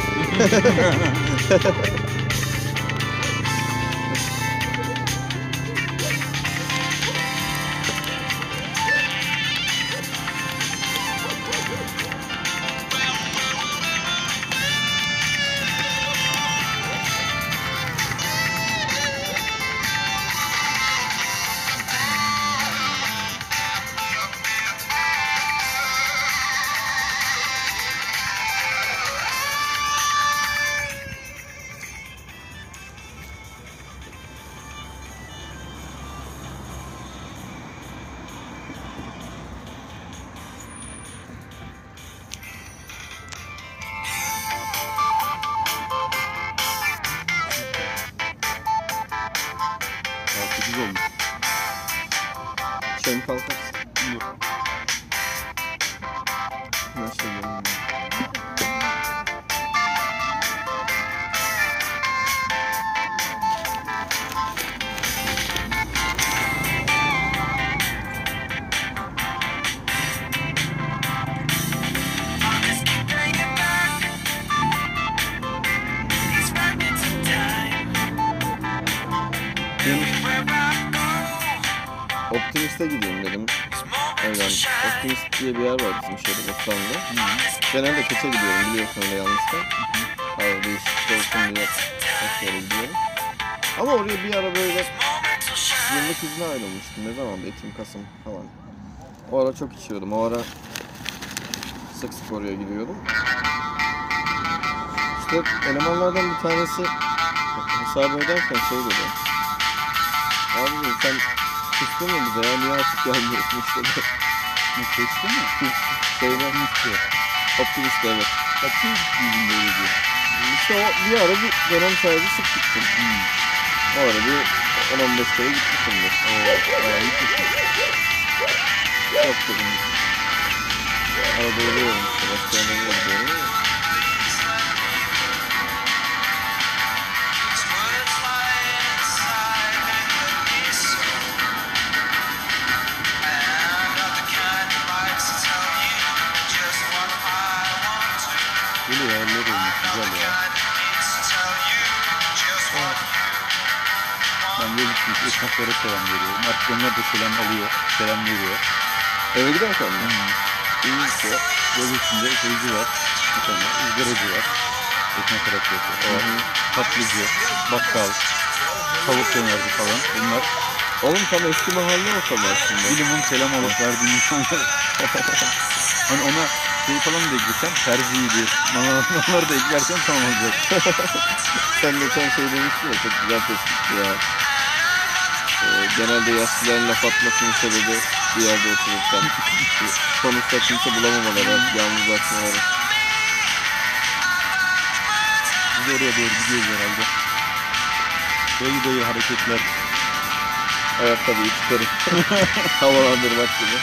[SPEAKER 1] Güzel olmuş.
[SPEAKER 2] Şen kalkarsın.
[SPEAKER 1] Dur.
[SPEAKER 2] Dün Optimist'e gideyim dedim. Aynen. Optimist diye bir yer var bizim şehirde, Bostanlı'da. Genelde keçe gidiyorum, biliyorsun öyle yalnızken. Hava değişiklik olsun diye tekrar gidiyorum. Ama oraya bir ara böyle yıllık izne ayrılmıştım. Ne zamandı? Ekim, Kasım falan. O ara çok içiyordum. O ara sık sık oraya gidiyordum. İşte elemanlardan bir tanesi hesabı öderken şey dedi. Abi dedi, sen küstün mü bize ya? Niye artık gelmiyorsun işte de.
[SPEAKER 1] Ne seçti mi?
[SPEAKER 2] Şeyden istiyor. Optimist, evet.
[SPEAKER 1] Kaçın yüzün böyle diyor.
[SPEAKER 2] İşte o bir ara bir dönem sahibi sık gittim. O ara bir 10-15 kere gitmişimdir.
[SPEAKER 1] İyi ki.
[SPEAKER 2] Çok dedim. Arada oluyorum işte. Başka yerlere gidiyorum ama.
[SPEAKER 1] Böyle yerler olmuş güzel ya. Ben yol gitmiş esnaflara selam veriyorum. Artık onlar da selam alıyor, selam veriyor.
[SPEAKER 2] Eve giderken mi?
[SPEAKER 1] İyi işte. Yol üstünde fırıncı var, bir tane ızgaracı var. Ekmek arası yapıyor. Tatlıcı, bakkal, tavuk dönerci falan. Bunlar
[SPEAKER 2] Oğlum tam eski mahalle ortamı aslında.
[SPEAKER 1] bir limon selam alıp verdiğim insanlar. Hani ona şey falan da eklesem, terziyi diye. Onları da eklersen tamam olacak.
[SPEAKER 2] Sen geçen şey demiştin ya, çok güzel tespitti ya. Genelde yaşlıların laf atmasının sebebi bir yerde otururken konuşsa kimse bulamamaları, yalnızlaşmaları.
[SPEAKER 1] Biz oraya doğru gidiyoruz herhalde. Dayı dayı hareketler.
[SPEAKER 2] Ayakkabıyı çıkarıp havalandırmak gibi.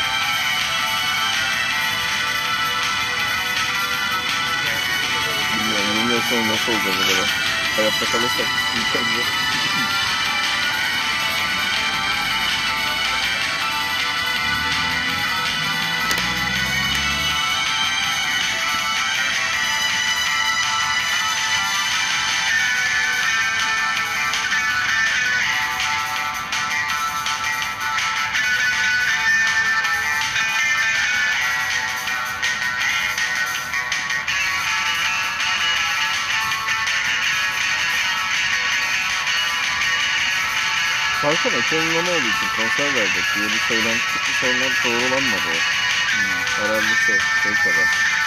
[SPEAKER 2] Bilmiyorum, 20 yıl sonra nasıl olacak acaba? Hayatta kalırsak ilk önce. Hakan açılımlama olduğu için konser verdik diye bir söylem çıktı, sonra doğrulanmadı o. Herhalde şey kadar.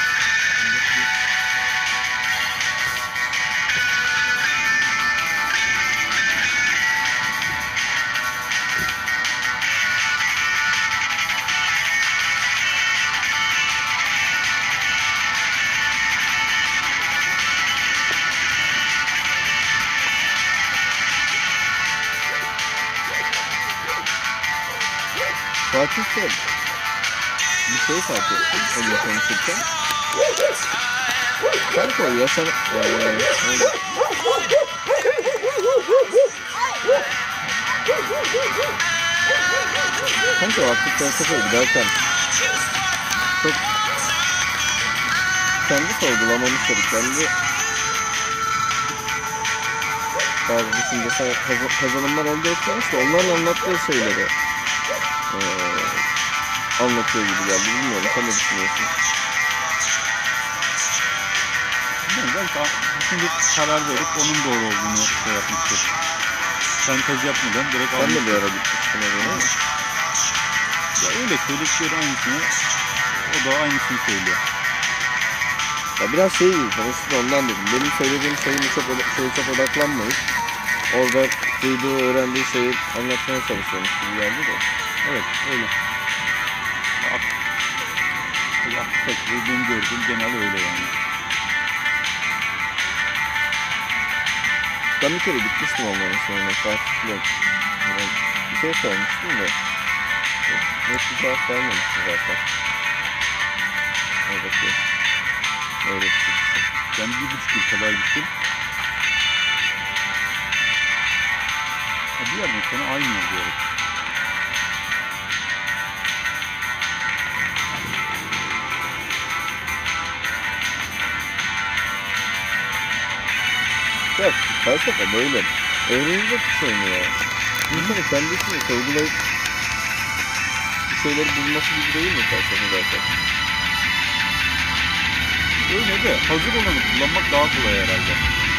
[SPEAKER 2] Fatih'te bir şey fark ettim onunla konuşurken. Sanki o yaşam... Sanki o aktif felsefeye giderken çok kendi sorgulamamışlar, kendi bazı düşüncesel kazanımlar elde etmemiş de onların anlattığı şeyleri anlatıyor gibi geldi. Bilmiyorum, sen ne düşünüyorsun?
[SPEAKER 1] Bilmiyorum, belki şimdi karar verip onun doğru olduğunu şey yapmıştır. Sen tez yapmadan direkt
[SPEAKER 2] Ben de bir ara gitmiştim oraya.
[SPEAKER 1] Ya öyle söyledikleri aynısını, o da aynısını söylüyor.
[SPEAKER 2] Ya biraz şey gibi konuştuk, ondan dedim. Benim söylediğim şeyime çok odaklanmayıp orada duyduğu, öğrendiği şeyi anlatmaya çalışıyormuş gibi geldi de.
[SPEAKER 1] Evet, öyle. Benim gördüğüm genel öyle yani.
[SPEAKER 2] Ben bir kere gitmiştim onların sonuna, Fatih'le. Bir şey sormuştum da net bir cevap vermemişti zaten. Oradaki öyle bir şey.
[SPEAKER 1] Ben 1,5 yıl kadar gittim. Bir yerden sonra aynı oldu yani.
[SPEAKER 2] Ya felsefe böyle öğrenilecek bir şey mi ya? İnsanın kendisini sorgulayıp bir şeyleri bulması gibi değil mi felsefe dersen?
[SPEAKER 1] Öyle de hazır olanı kullanmak daha kolay herhalde.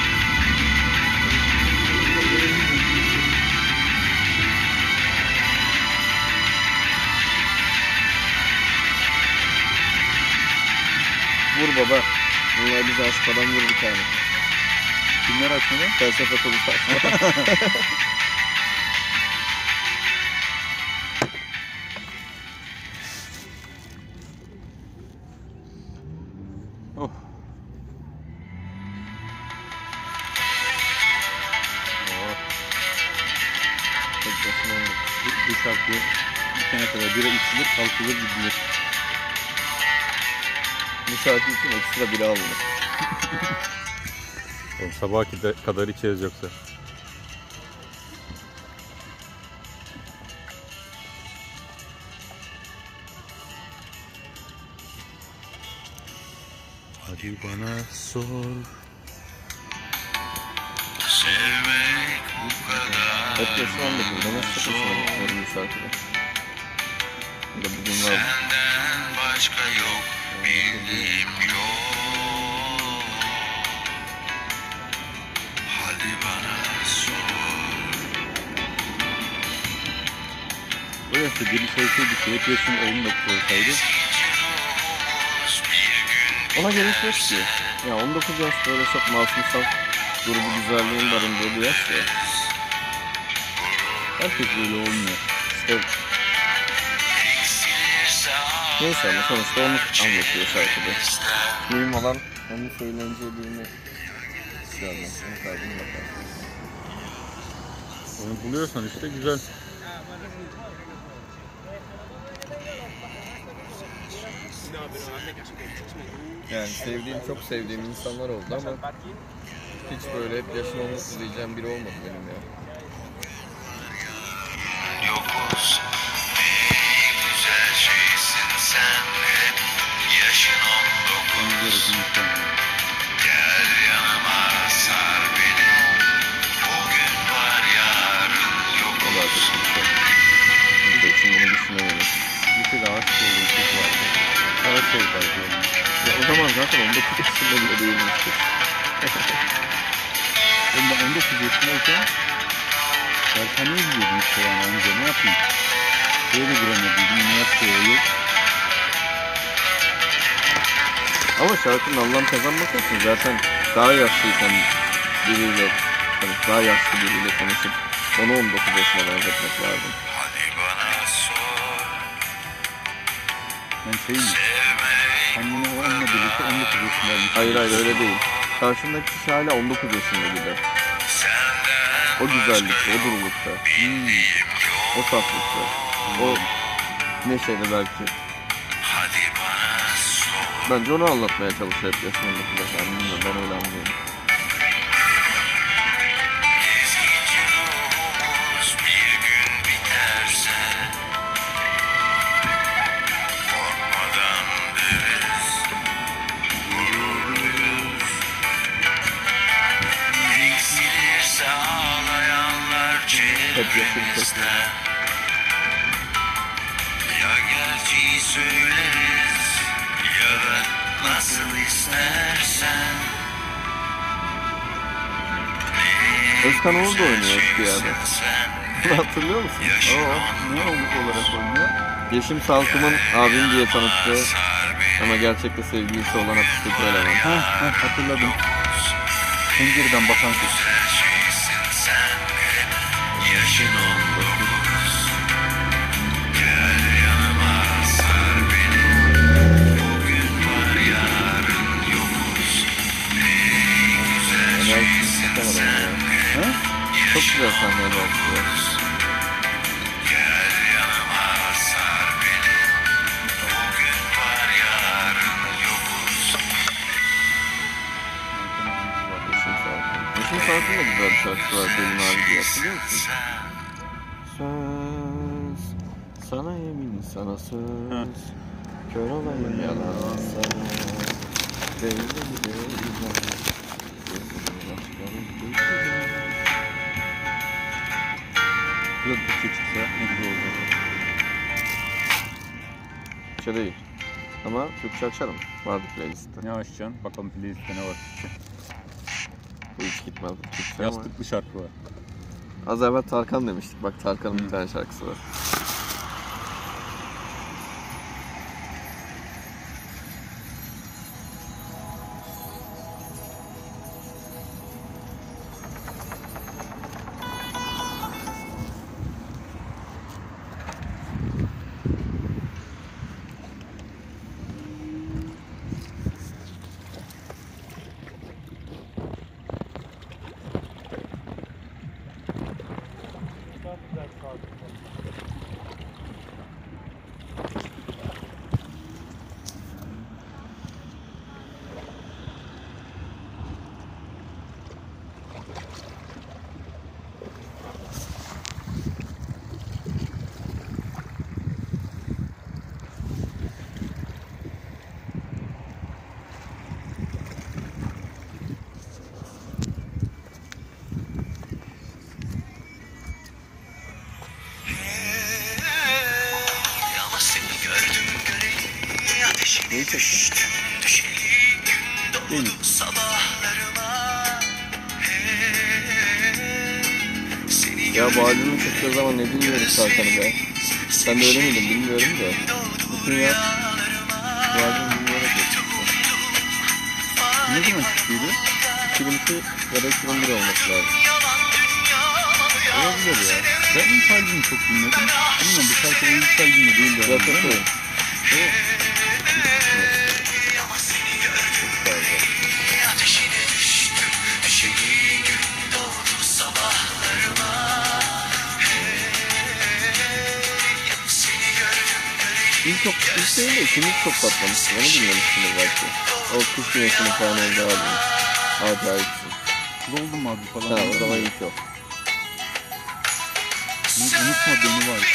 [SPEAKER 2] Vur baba. Vallahi bizi açmadan vur bir tane.
[SPEAKER 1] Kimler açmadan?
[SPEAKER 2] Felsefe konusu açmadan.
[SPEAKER 1] Oh.
[SPEAKER 2] Tek başına oldu.
[SPEAKER 1] Bu şarkı bitene kadar bira içilir, kalkılır, gidilir.
[SPEAKER 2] Bu şarkı için ekstra biri alınır.
[SPEAKER 1] Oğlum sabaha kadar içeriz yoksa. Hadi bana sor.
[SPEAKER 4] Sevmek bu kadar
[SPEAKER 2] Hep yaşam da burada. Nasıl çok hoşuma gitmiyorum bu şarkıda. Bu da bugün var.
[SPEAKER 4] senden başka yok, bildiğim yok. Hadi bana sor.
[SPEAKER 1] Öyleyse biri söyleseydi ki hep yaşın 19 olsaydı.
[SPEAKER 2] Ona gerek yok ki. Ya 19 yaş böyle çok masumsal grubu güzelliğin barındığı bir yaş ya.
[SPEAKER 1] Herkes böyle olmuyor.
[SPEAKER 2] İşte neyse ama sonuçta onu anlatıyor şarkıda. Mühim olan onun söyleneceğini istiyorum. Onu kaydını bakarsın.
[SPEAKER 1] Onu buluyorsan işte güzel.
[SPEAKER 2] Yani çok sevdiğim insanlar oldu ama hiç böyle hep yaşın 19 diyeceğim biri olmadı benim ya.
[SPEAKER 4] Yokuz, ey güzel şeysin sen hep. Yaşın 19. Gel yanıma sar beni. Bugün var yarın
[SPEAKER 2] O da
[SPEAKER 4] yokuz.
[SPEAKER 2] çok güzel. Onun için bunu düşünemiyorum.
[SPEAKER 1] Lisede aşık olduğum kız vardı. Her şey vardı yani.
[SPEAKER 2] Ya o zaman zaten 19 yaşında bile değilmişti.
[SPEAKER 1] Ben 19 yaşındayken dershaneye gidiyordum işte yani önce ne yapayım? Şeye de giremediydim, üniversiteye yok.
[SPEAKER 2] Ama şarkının anlam kazanması için zaten daha yaşlıyken biriyle, hani daha yaşlı biriyle konuşup onu 19 yaşına benzetmek lazım.
[SPEAKER 4] Hadi bana sor.
[SPEAKER 1] Ben şeyim, kendini o onunla birlikte 19 yaşındaymış.
[SPEAKER 2] Hayır öyle değil. Karşındaki kişi hala 19 yaşında gibi.
[SPEAKER 4] Senden
[SPEAKER 2] O güzellikte, o durulukta, o saflıkta, o neşeyle belki.
[SPEAKER 4] hadi bana sor.
[SPEAKER 2] Bence onu anlatmaya çalışıyor hep yaşın 19 yaşında. Bilmiyorum, ben öyle anlıyorum.
[SPEAKER 4] Ezici ruhumuz bir gün biterse korkmadan deriz, gururluyuz. Eksilirse ağlayanlar
[SPEAKER 2] Hep yaşım
[SPEAKER 4] çevremizde. Ya gerçeği söyleriz ya da nasıl istersen.
[SPEAKER 2] Özkan Uğur da oynuyor eski yerde.
[SPEAKER 4] Sen
[SPEAKER 2] Bunu hatırlıyor musun?
[SPEAKER 1] Ne olarak oynuyor?
[SPEAKER 2] Yeşim Salkım'ın abim diye tanıttığı
[SPEAKER 4] sar beni.
[SPEAKER 2] ama gerçekte sevgilisi olan hapisteki eleman.
[SPEAKER 1] Hatırladım. Pencereden bakan kız.
[SPEAKER 4] Güzel şeysin sen hep. Yaşın 19. Gel yanıma sar beni. Bugün var yarın yokuz. Ey güzel
[SPEAKER 2] Enerjisini
[SPEAKER 4] şeysin
[SPEAKER 2] tutamadım
[SPEAKER 4] sen
[SPEAKER 2] ya.
[SPEAKER 4] hep.
[SPEAKER 2] Çok güzel sahneler var.
[SPEAKER 4] Gel yanıma sar beni. Bugün var yarın yokuz.
[SPEAKER 2] Yeşim Salkım da güzel bir şarkısı var. Pelin abi diye hatırlıyor musun?
[SPEAKER 4] Sen
[SPEAKER 2] Söz, sana yemin, sana
[SPEAKER 1] Ha.
[SPEAKER 2] söz. Kör olayım yalan sana. Değil mi değil.
[SPEAKER 1] Türkçe çıksa ne güzel olacak.
[SPEAKER 2] Türkçe değil. Ama Türkçe açarım. Vardı playlistte.
[SPEAKER 1] Ne açacaksın? Bakalım playlistte ne var Türkçe.
[SPEAKER 2] Bu hiç gitmez Türkçe ama.
[SPEAKER 1] Yastıklı şarkı var.
[SPEAKER 2] Az evvel Tarkan demiştik. Bak Tarkan'ın bir tane şarkısı var.
[SPEAKER 4] Ama seni gördüm göreli ateşine
[SPEAKER 2] Neyi çektin?
[SPEAKER 4] düştüm düşeli gün
[SPEAKER 1] Değil.
[SPEAKER 4] doğdu sabahlarıma. Seni
[SPEAKER 2] Ya bu albümü çektiği zaman ne dinliyoruz Tarkan'ı be? Sen de öyle miydin bilmiyorum da. Bütün yaz bu albümü dinleyerek geçti.
[SPEAKER 1] Ne zaman çıktıydı?
[SPEAKER 2] 2002 ya da 2001 olması lazım. Olabilir ya.
[SPEAKER 1] Ben ilk albümü çok dinledim. Bilmiyorum bu şarkı ilk albümü değildi.
[SPEAKER 2] Zaten
[SPEAKER 1] herhalde, değil mi?
[SPEAKER 2] söyleyeyim. Evet.
[SPEAKER 4] ateşine düştüm düşeli gün doğdu sabahlarıma. Seni gördüm göreli
[SPEAKER 2] İlk değil de ikimiz çok patlamıştı. Onu dinlemişsindir belki. O kuş güneşinin falan olduğu albüm. Acayipsin.
[SPEAKER 1] Doldum abi falan.
[SPEAKER 2] Ha o zaman ilk o.
[SPEAKER 1] Unutma beni var.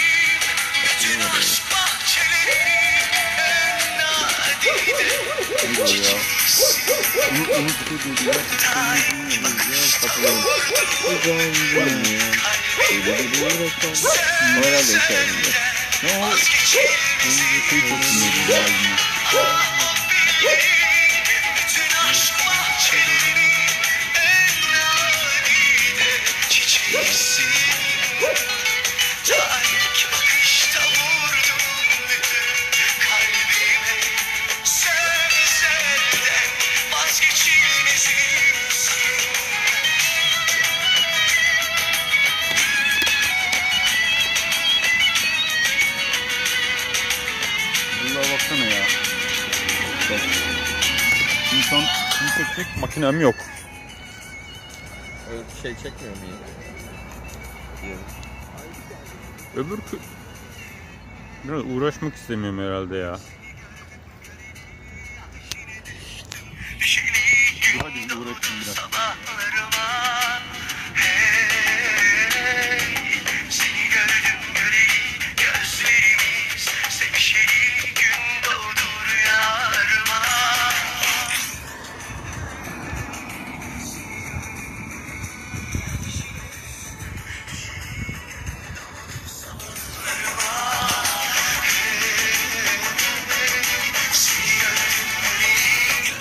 [SPEAKER 4] aşk bahçelerinin en nadide.
[SPEAKER 2] Ne diyor ya?
[SPEAKER 1] Unutma dedi ya.
[SPEAKER 2] Hatırlıyorum. Güzel ya. Öyle bir reklam. O herhalde ilk albümde.
[SPEAKER 1] Ne o? Şey çok dinledim bu albümü.
[SPEAKER 4] Bütün aşk bahçelerinin en nadide çiçeğisin. Ta ilk bakışta vurdun bütün kalbime. Sen senden vazgeçilmezimsin.
[SPEAKER 1] Bunlara baksana ya. İnsan şunu çekecek makinem yok.
[SPEAKER 2] Öyle şey çekmiyor mu yine?
[SPEAKER 1] Öbür biraz uğraşmak istemiyorum herhalde ya. Dur hadi uğraşayım biraz.
[SPEAKER 4] Sabahlarıma hey, seni gördüm göreli gözlerimiz sevişeli gün doğdu rüyalarıma. Seni gördüm göreli.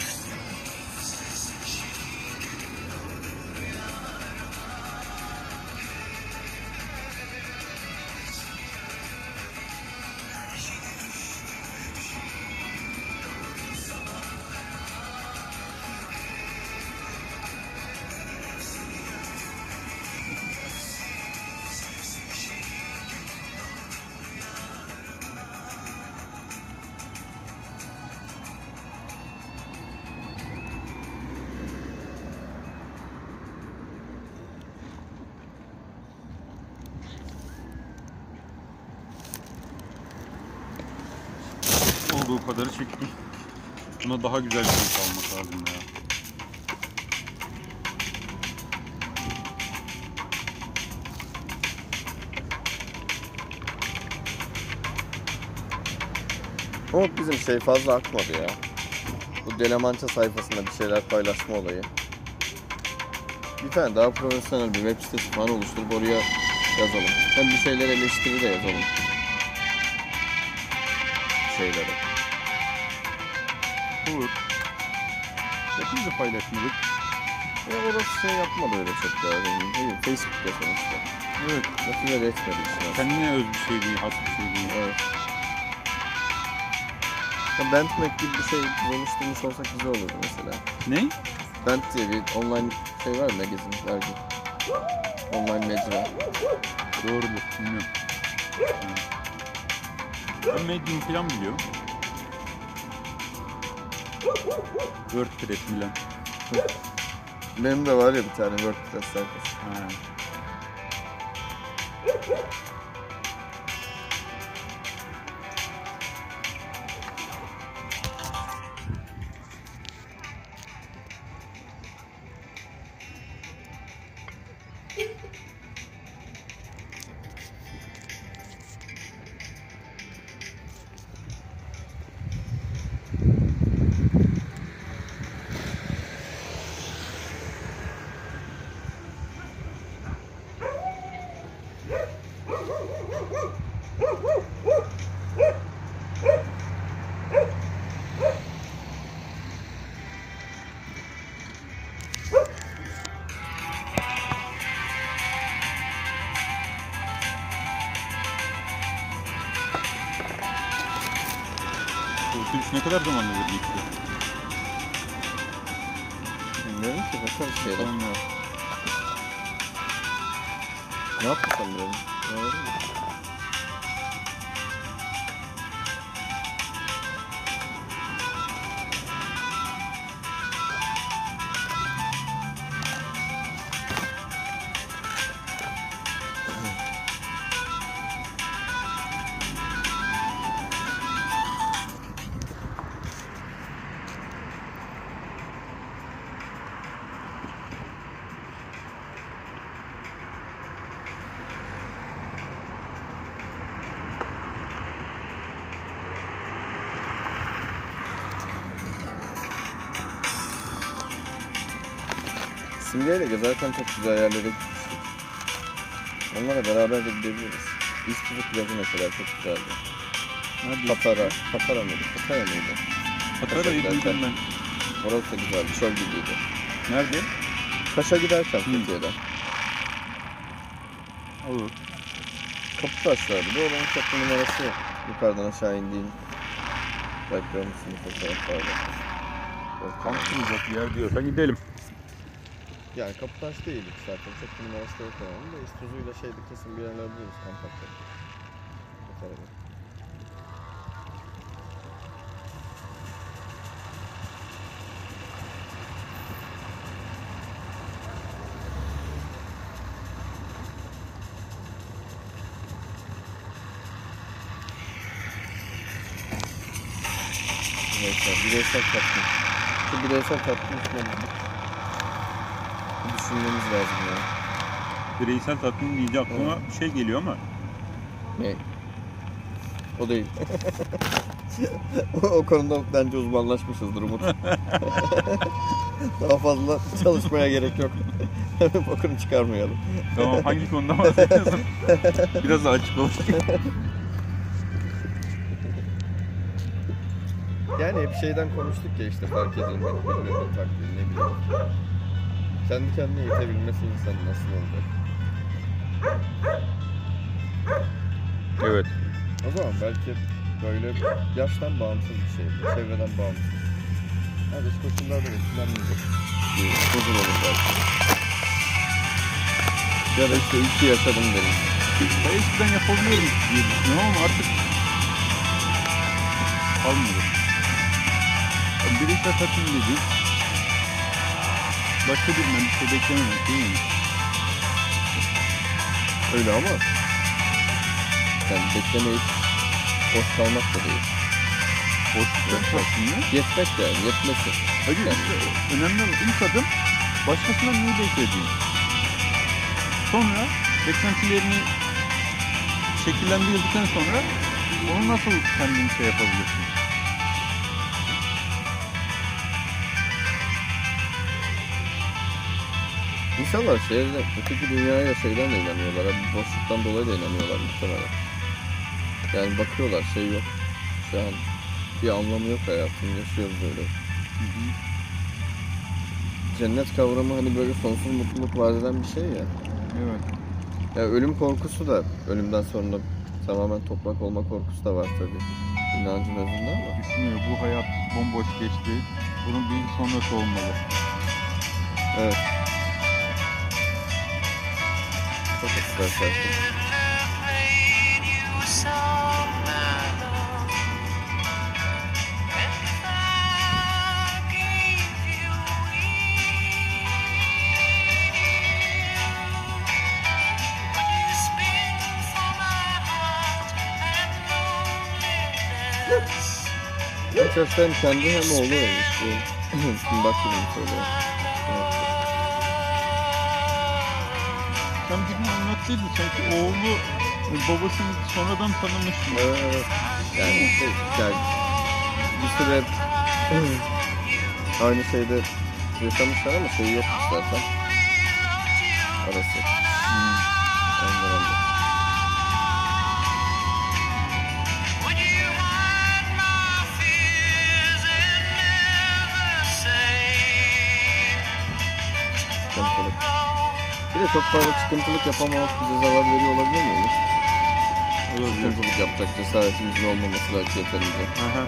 [SPEAKER 1] Olduğu kadarı çektim. Buna daha güzel bir şey almak lazım ya.
[SPEAKER 2] Ama bizim şey fazla akmadı ya. Bu Delamança sayfasında bir şeyler paylaşma olayı. Bir tane daha profesyonel bir web sitesi falan oluşturup oraya yazalım. Hem bir şeyler eleştiri de yazalım. Şeylere.
[SPEAKER 1] Olur. Hepimiz de paylaşmadık.
[SPEAKER 2] Ya orası şey yapmadı öyle çok ya. Hayır, Facebook'ta sonuçta.
[SPEAKER 1] Evet.
[SPEAKER 2] Motive de etmedi işte.
[SPEAKER 1] Kendine öz bir şey değil, has bir şey değil.
[SPEAKER 2] Evet. Ya Bandmap gibi bir şey oluşturmuş olsak güzel olurdu mesela.
[SPEAKER 1] Ne?
[SPEAKER 2] Band diye bir online şey var, magazin, dergi. Online mecra.
[SPEAKER 1] Doğrudur. Bilmiyorum. Ben Medium falan biliyorum. WordPress falan.
[SPEAKER 2] Benim de var ya bir tane WordPress sayfası.
[SPEAKER 1] Ha. Otobüs ne kadar zamandır gitti?
[SPEAKER 2] Bilmiyorum ki, bakarız şeyler.
[SPEAKER 1] Sonra
[SPEAKER 2] Ne yaptın sen böyle? Ne oldu mu? Simge'yle gezerken çok güzel yerlere gitmiştik. Onlarla beraber de gidebiliriz. İztuzu plajı mesela çok güzeldi.
[SPEAKER 1] nerede?
[SPEAKER 2] Patara mıydı? Pataya mıydı?
[SPEAKER 1] Patara'yı duydum ben.
[SPEAKER 2] Orası da güzeldi, çöl gibiydi.
[SPEAKER 1] Nerede?
[SPEAKER 2] Kaş'a giderken Fethiye'den.
[SPEAKER 1] Olur.
[SPEAKER 2] Kaputaşlardı. Bu oranın kapı numarası yukarıdan aşağı indiğin. Belki görmüşsünüz fotoğraflarda.
[SPEAKER 1] Kampımızda bir yer diyorsan gidelim.
[SPEAKER 2] Yani Kaputaş değildik zaten. Çok numarası da yok oranın da. İztuzu'yla şeyde kesin bir yerler buluruz kampakta. Bu tarafa. Bireysel tatmin. Şu bireysel tatmin üstüne bir düşünmemiz lazım ya.
[SPEAKER 1] Bireysel tatmin deyince aklıma şey geliyor ama
[SPEAKER 2] Ne? O değil. O konuda bence uzmanlaşmışızdır Umut. Daha fazla çalışmaya gerek yok. Bokunu çıkarmayalım.
[SPEAKER 1] tamam hangi konuda bahsediyorsun? Biraz daha açık olsun.
[SPEAKER 2] Yani hep şeyden konuştuk ya işte fark edilmek, birilerinin takdiri ne bileyim. Kendi kendine yetebilmesi insan nasıl olacak?
[SPEAKER 1] Evet.
[SPEAKER 2] O zaman belki böyle yaştan bağımsız bir şey, çevreden bağımsız. Yani dış koşullarda etkilenmeyecek bir huzur olur belki. Ya da işte iyi ki yaşadım derim.
[SPEAKER 1] Ben eskiden yapabiliyorum diye düşünüyorum ama artık kalmıyor. Yani bireysel tatmin dediğim başka birinden bir şey beklememek değil mi?
[SPEAKER 2] Öyle ama yani beklemeyip boş kalmak da değil.
[SPEAKER 1] Boşluktan tatminle.
[SPEAKER 2] Yetmek de yani, yetmesi.
[SPEAKER 1] Hayır, işte önemli olan ilk adım başkasından neyi beklediğin. Sonra beklentilerini şekillendirdikten sonra onu nasıl kendin şey yapabilirsin?
[SPEAKER 2] İnsanlar öteki dünyaya şeyden de inanıyorlar. Abi, boşluktan dolayı da inanıyorlar muhtemelen. Yani bakıyorlar yok. Şu an bir anlamı yok hayatım. Yaşıyoruz öyle. Cennet kavramı hani böyle sonsuz mutluluk vaat eden bir şey ya.
[SPEAKER 1] Evet.
[SPEAKER 2] Ya ölüm korkusu da, ölümden sonra tamamen toprak olma korkusu da var tabii. İnancın özünde ama.
[SPEAKER 1] Düşünüyor bu hayat bomboş geçti. Bunun bir sonrası olmalı.
[SPEAKER 2] Evet. Çok ısrar şarkı. Gerçekten hem kendi hem oğlu olmuş bu. Şimdi bak şimdi söylüyor.
[SPEAKER 1] Sen birini anlattıydın sanki oğlu babasını sonradan tanımıştı.
[SPEAKER 2] Evet. Yani bir süre aynı şeyde yaşamışlar ama yok zaten. Arası. Aynı anda. Sıkıntılık. Bir de çok fazla çıkıntılık yapamamak bize zarar veriyor olabilir mi?
[SPEAKER 1] Olabilir.
[SPEAKER 2] Çıkıntılık yapacak cesaretimizin olmaması belki yeterince.
[SPEAKER 1] Aha.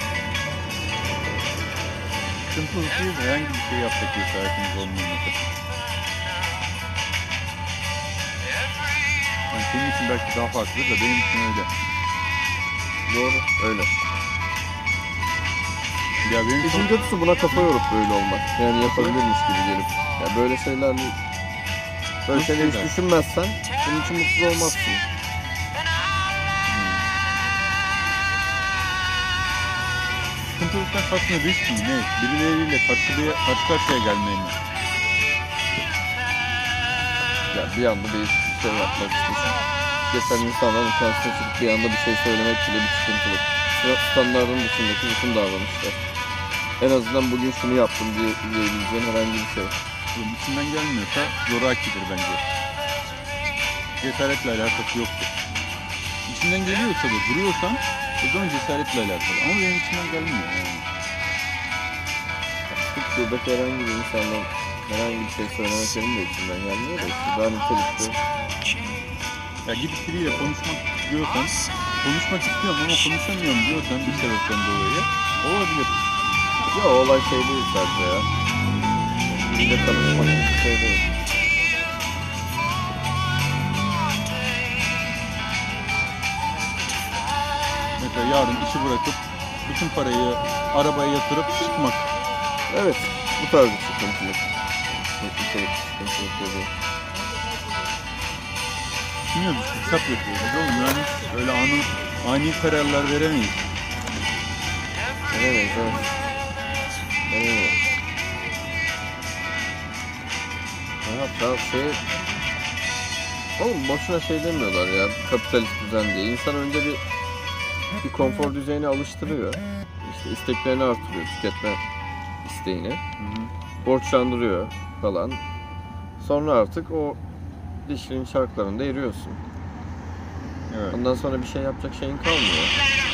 [SPEAKER 1] Sıkıntılı değil, herhangi bir şey yapacak cesaretimiz olmaması. Yani senin için belki daha farklı da benim için öyle.
[SPEAKER 2] Doğru, öyle.
[SPEAKER 1] Ya benim
[SPEAKER 2] İşin kötüsü buna kafa yorup böyle olmak. Yani yapabilirmiş gibi gelip. Ya böyle şeylerle böyle şeyleri hiç düşünmezsen bunun için mutsuz olmazsın.
[SPEAKER 1] sıkıntılıktan kastın risk mi ne? Birileriyle karşı karşıya gelmeyi mi?
[SPEAKER 2] Ya bir anda değişik bir şey yapmak istiyorsun. Geçen insanların karşısına çıkıp bir anda bir şey söylemek bile bir sıkıntılık. Standartın dışındaki bütün davranışlar. En azından bugün şunu yaptım diyebileceğin herhangi bir şey.
[SPEAKER 1] Oğlum içinden gelmiyorsa zorakidir bence. Cesaretle alakası yoktur. İçinden geliyorsa da duruyorsan o zaman cesaretle alakalı. Ama benim içinden gelmiyor yani.
[SPEAKER 2] Artık şuradaki herhangi bir insandan herhangi bir şey söylemek benim de içimden gelmiyor da işte daha nitelikli.
[SPEAKER 1] Ya gidip biriyle konuşmak istiyorsan, konuşmak istiyorum ama konuşamıyorum diyorsan bir sebepten dolayı olabilir.
[SPEAKER 2] Ya olay şey değil sadece ya. Biriyle tanışmak bir şey değil.
[SPEAKER 1] Mesela yarın işi bırakıp bütün parayı arabaya yatırıp çıkmak.
[SPEAKER 2] Evet, bu tarz bir sıkıntılık. Sıkıntılık dedi.
[SPEAKER 1] Düşünüyoruz, hesap yapıyoruz oğlum yani öyle ani kararlar veremeyiz.
[SPEAKER 2] Evet. Hatta oğlum boşuna şey demiyorlar ya, kapitalist düzen diye. İnsan önce bir konfor düzeyine alıştırıyor. İşte isteklerini artırıyor, tüketme isteğini. Borçlandırıyor falan. Sonra artık o dişlinin çarklarında eriyorsun.
[SPEAKER 1] Evet.
[SPEAKER 2] Ondan sonra bir şey yapacak şeyin kalmıyor.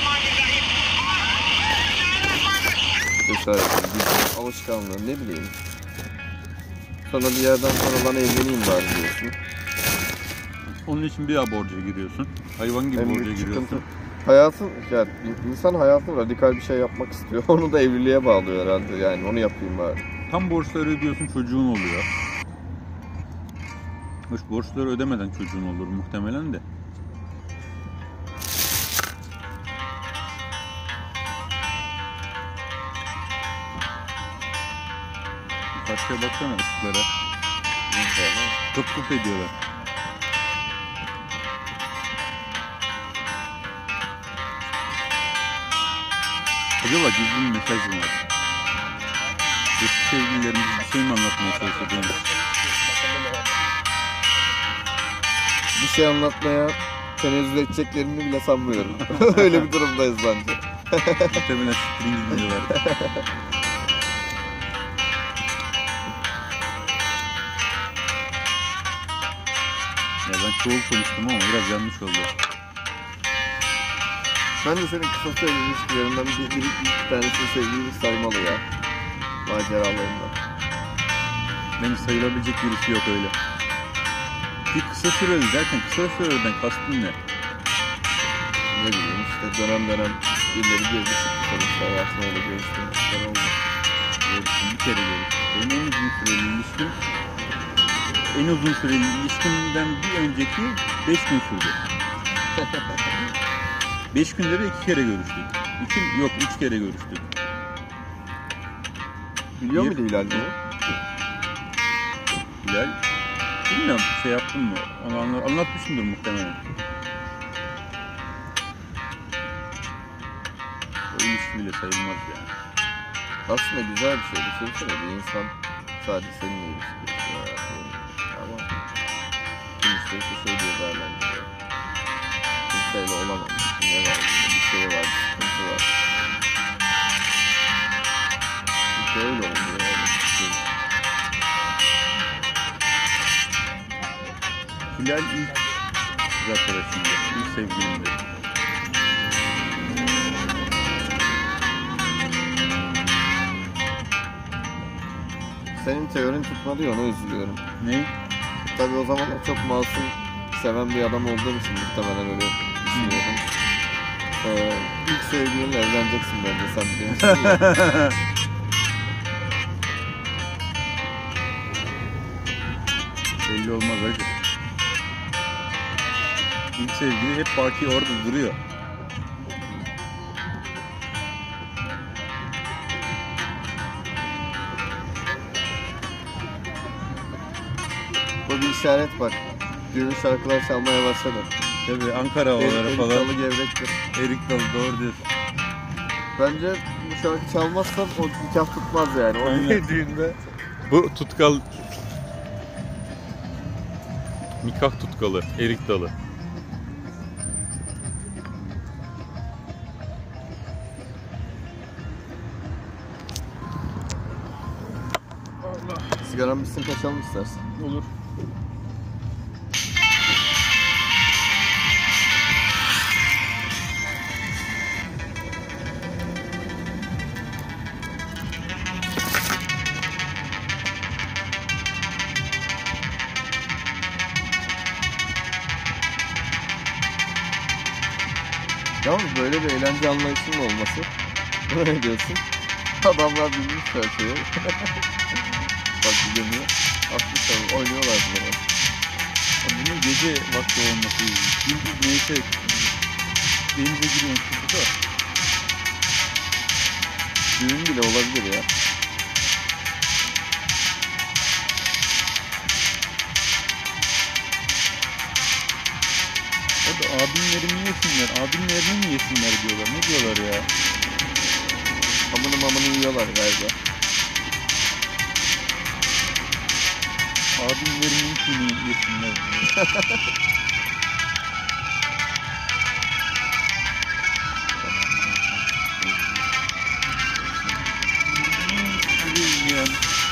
[SPEAKER 2] Cesaretin, gücün, alışkanlığın, ne bileyim. Sonra bir yerden sonra lan evleneyim bari diyorsun.
[SPEAKER 1] Onun için bir daha borca giriyorsun. Hayvan gibi
[SPEAKER 2] En
[SPEAKER 1] borca
[SPEAKER 2] büyük
[SPEAKER 1] giriyorsun.
[SPEAKER 2] sıkıntı. Hayatın, yani insan hayatında radikal bir şey yapmak istiyor. Onu da evliliğe bağlıyor herhalde, yani onu yapayım bari.
[SPEAKER 1] Tam borçları ödüyorsun, çocuğun oluyor. Hoş borçları ödemeden çocuğun olur muhtemelen de. Karşıya baksana ışıklara. Kıp kıp ediyorlar. Acaba gizli bir mesaj mı var? Eski sevgililerimiz bir şey mi anlatmaya çalışıyor?
[SPEAKER 2] Bir şey anlatmaya tenezzül edeceklerini bile sanmıyorum. Öyle bir durumdayız bence.
[SPEAKER 1] Muhtemelen siktirin gidiyorlar. Ya ben çoğul konuştum ama biraz yanlış oldu.
[SPEAKER 2] Ben de senin kısa süreli ilişkilerinden bir tanesini sevdiğini saymalı ya. Maceralarından.
[SPEAKER 1] Benim sayılabilecek birisi yok öyle. Bir kısa süreli derken kısa süreliden kastın ne?
[SPEAKER 2] Ne bileyim işte dönem birileri girdi çıktı sonuçta hayatına öyle görüştüğümüzler oldu.
[SPEAKER 1] Bir kere görüştüm. Benim en uzun süreli ilişkimden bir önceki 5 gün sürdü. 5 günde de 2 kere görüştük. 3 kere görüştük.
[SPEAKER 2] Biliyor
[SPEAKER 1] Bir-
[SPEAKER 2] muydu Hilal bunu?
[SPEAKER 1] Hilal, bilmiyorum şey yaptım mı? Onu anlatmışımdır muhtemelen. O ilişki bile sayılmaz yani.
[SPEAKER 2] Aslında güzel bir şey. Düşünsene bir insan sadece seninle ilişki hayatı. Ama kimse şey diye değerlendiriyor. Kimseyle olamam. Ne var? Bir şey var, bir sıkıntı var. Hiç öyle olmuyor yani.
[SPEAKER 1] Hilal ilk kız arkadaşımdı, ilk sevgilimdi.
[SPEAKER 2] Senin teorin tutmadı ya, ona üzülüyorum.
[SPEAKER 1] Ne?
[SPEAKER 2] Tabii o zamanlar çok masum, seven bir adam olduğum için muhtemelen öyle düşünüyorum. İlk sevgilinle evleneceksin bence sen demiştin ya.
[SPEAKER 1] Belli olmaz hacı. İlk sevgili hep baki orada duruyor.
[SPEAKER 2] Bu bir işaret bak. Düğün şarkılar çalmaya başladı.
[SPEAKER 1] Tabii Ankara havaları
[SPEAKER 2] Erik
[SPEAKER 1] falan.
[SPEAKER 2] dalı gevrektir.
[SPEAKER 1] Erik dalı doğru diyorsun.
[SPEAKER 2] Bence bu şarkı çalmazsan o nikah tutmaz yani. O
[SPEAKER 1] Aynen.
[SPEAKER 2] düğünde.
[SPEAKER 1] Bu tutkal... Nikah tutkalı, erik dalı.
[SPEAKER 2] Sigaran bitsin kaçalım istersen.
[SPEAKER 1] Olur.
[SPEAKER 2] Yalnız böyle bir eğlence anlayışının olması. Ne diyorsun? Adamlar bilmiş her şeyi. Bak bir gemiye atmışlar, oynuyorlar bunlar.
[SPEAKER 1] Bunun gece vakti olması gündüz neyse denize giriyorsun da.
[SPEAKER 2] Düğün bile olabilir ya.
[SPEAKER 1] O da abinlerimi yesinler, abinlerini mi yesinler diyorlar. Ne diyorlar ya?
[SPEAKER 2] Amını mamını yiyorlar galiba.
[SPEAKER 1] Abinlerimin kini yesinler diyorlar. Yani.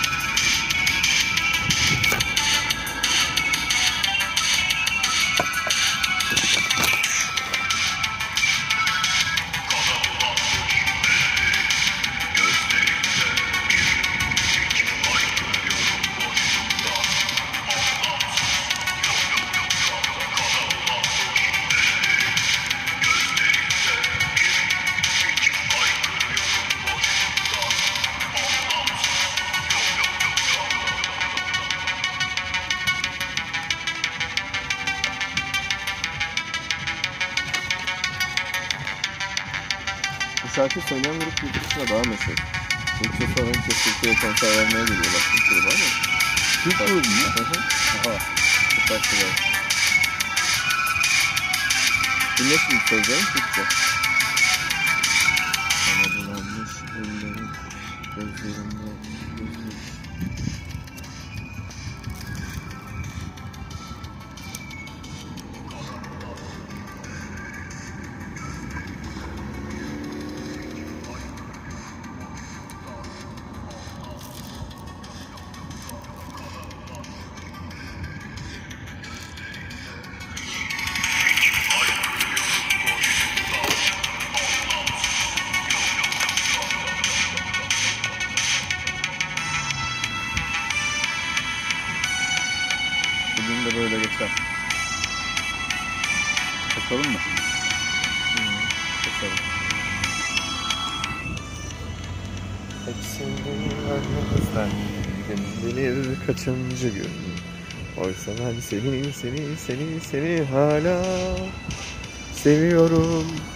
[SPEAKER 2] Bu şarkıyı söyleyen grup yurt dışında daha meşhur. Yurt dışı sonra önce Türkiye'ye konser vermeye geliyorlar. Türk grubu ama.
[SPEAKER 1] Türk grubu mu?
[SPEAKER 2] Hı hı.
[SPEAKER 1] Aha.
[SPEAKER 2] Süper şeyler. Dinle şimdi sözlerini Türkçe. Sana bulanmış ellerim, gözlerimde gözlerim.
[SPEAKER 1] Basalım mı?
[SPEAKER 2] Basalım. Hepsini vermezden kim bilir kaçıncı gün. Oysa ben seni hala seviyorum.